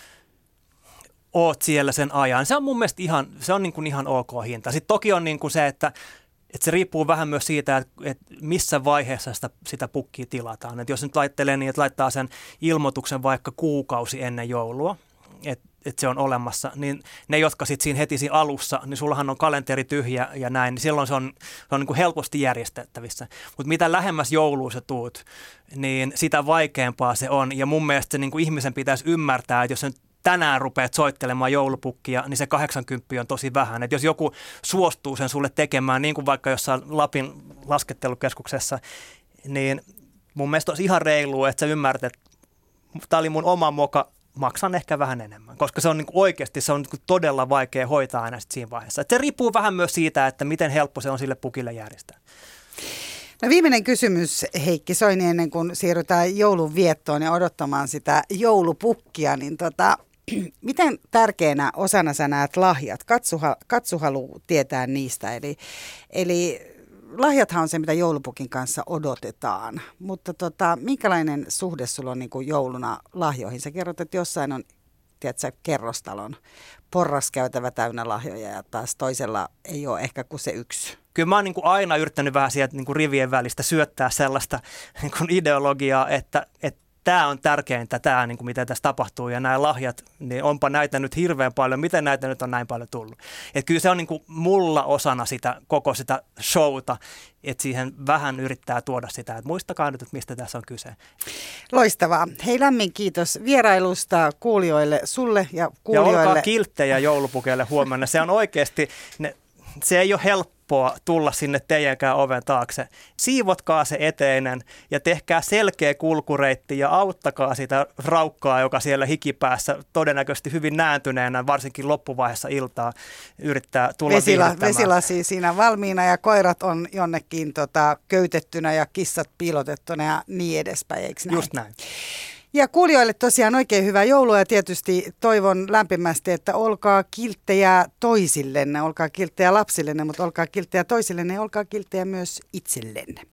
oot siellä sen ajan. Se on mun mielestä ihan, se on niin kuin ihan ok hinta. Sitten toki on niin kuin se, että Että se riippuu vähän myös siitä, että, että missä vaiheessa sitä, sitä pukkia tilataan. Että jos nyt laittelee niin, että laittaa sen ilmoituksen vaikka kuukausi ennen joulua, että, että se on olemassa, niin ne, jotka sitten siinä heti siinä alussa, niin sullahan on kalenteri tyhjä ja näin, niin silloin se on, se on niin kuin helposti järjestettävissä. Mutta mitä lähemmäs joulua sä tuut, niin sitä vaikeampaa se on. Ja mun mielestä se niin kuin ihmisen pitäisi ymmärtää, että jos sen tänään rupeat soittelemaan joulupukkia, niin se kahdeksankymmentä on tosi vähän. Et jos joku suostuu sen sulle tekemään, niin kuin vaikka jossain Lapin laskettelukeskuksessa, niin mun mielestä olisi ihan reilua, että sä ymmärrät, että tämä oli mun oma moka, maksan ehkä vähän enemmän, koska se on niin kuin oikeasti se on niin kuin todella vaikea hoitaa aina siinä vaiheessa. Et se riippuu vähän myös siitä, että miten helppo se on sille pukille järjestää. No viimeinen kysymys, Heikki Soini, ennen kuin siirrytään joulun viettoon ja odottamaan sitä joulupukkia, niin tota, miten tärkeänä osana sä näet lahjat? Katsuha, katsu haluaa tietää niistä, eli, eli lahjathan on se, mitä joulupukin kanssa odotetaan, mutta tota, minkälainen suhde sulla on niin kuin jouluna lahjoihin? Sä kerrot, että jossain on, tiedätkö, kerrostalon porraskäytävä täynnä lahjoja ja taas toisella ei ole ehkä kuin se yksi. Kyllä mä oon niin kuin aina yrittänyt vähän sieltä niin kuin rivien välistä syöttää sellaista niin kuin ideologiaa, että, että tämä on tärkeintä, tämä, niin kuin mitä tässä tapahtuu, ja nämä lahjat, niin onpa näitä nyt hirveän paljon, miten näitä nyt on näin paljon tullut. Että kyllä se on niin kuin mulla osana sitä koko sitä showta, että siihen vähän yrittää tuoda sitä, että muistakaa nyt, että mistä tässä on kyse. Loistavaa. Hei, lämmin kiitos vierailusta kuulijoille, sulle ja kuulijoille. Ja olkaa kilttejä joulupukeille huomenna, se on oikeasti, ne, se ei ole helppoa tulla sinne teidänkään oven taakse. Siivotkaa se eteinen ja tehkää selkeä kulkureitti ja auttakaa sitä raukkaa, joka siellä hikipäässä todennäköisesti hyvin nääntyneenä, varsinkin loppuvaiheessa iltaa, yrittää tulla Vesila, viihdyttämään. Vesilasi siinä valmiina ja koirat on jonnekin tota, köytettynä ja kissat piilotettuna ja niin edespäin, eikö näin? Just näin. Ja kuulijoille tosiaan oikein hyvää joulua ja tietysti toivon lämpimästi, että olkaa kilttejä toisillenne, olkaa kilttejä lapsillenne, mutta olkaa kilttejä toisillenne ja olkaa kilttejä myös itsellenne.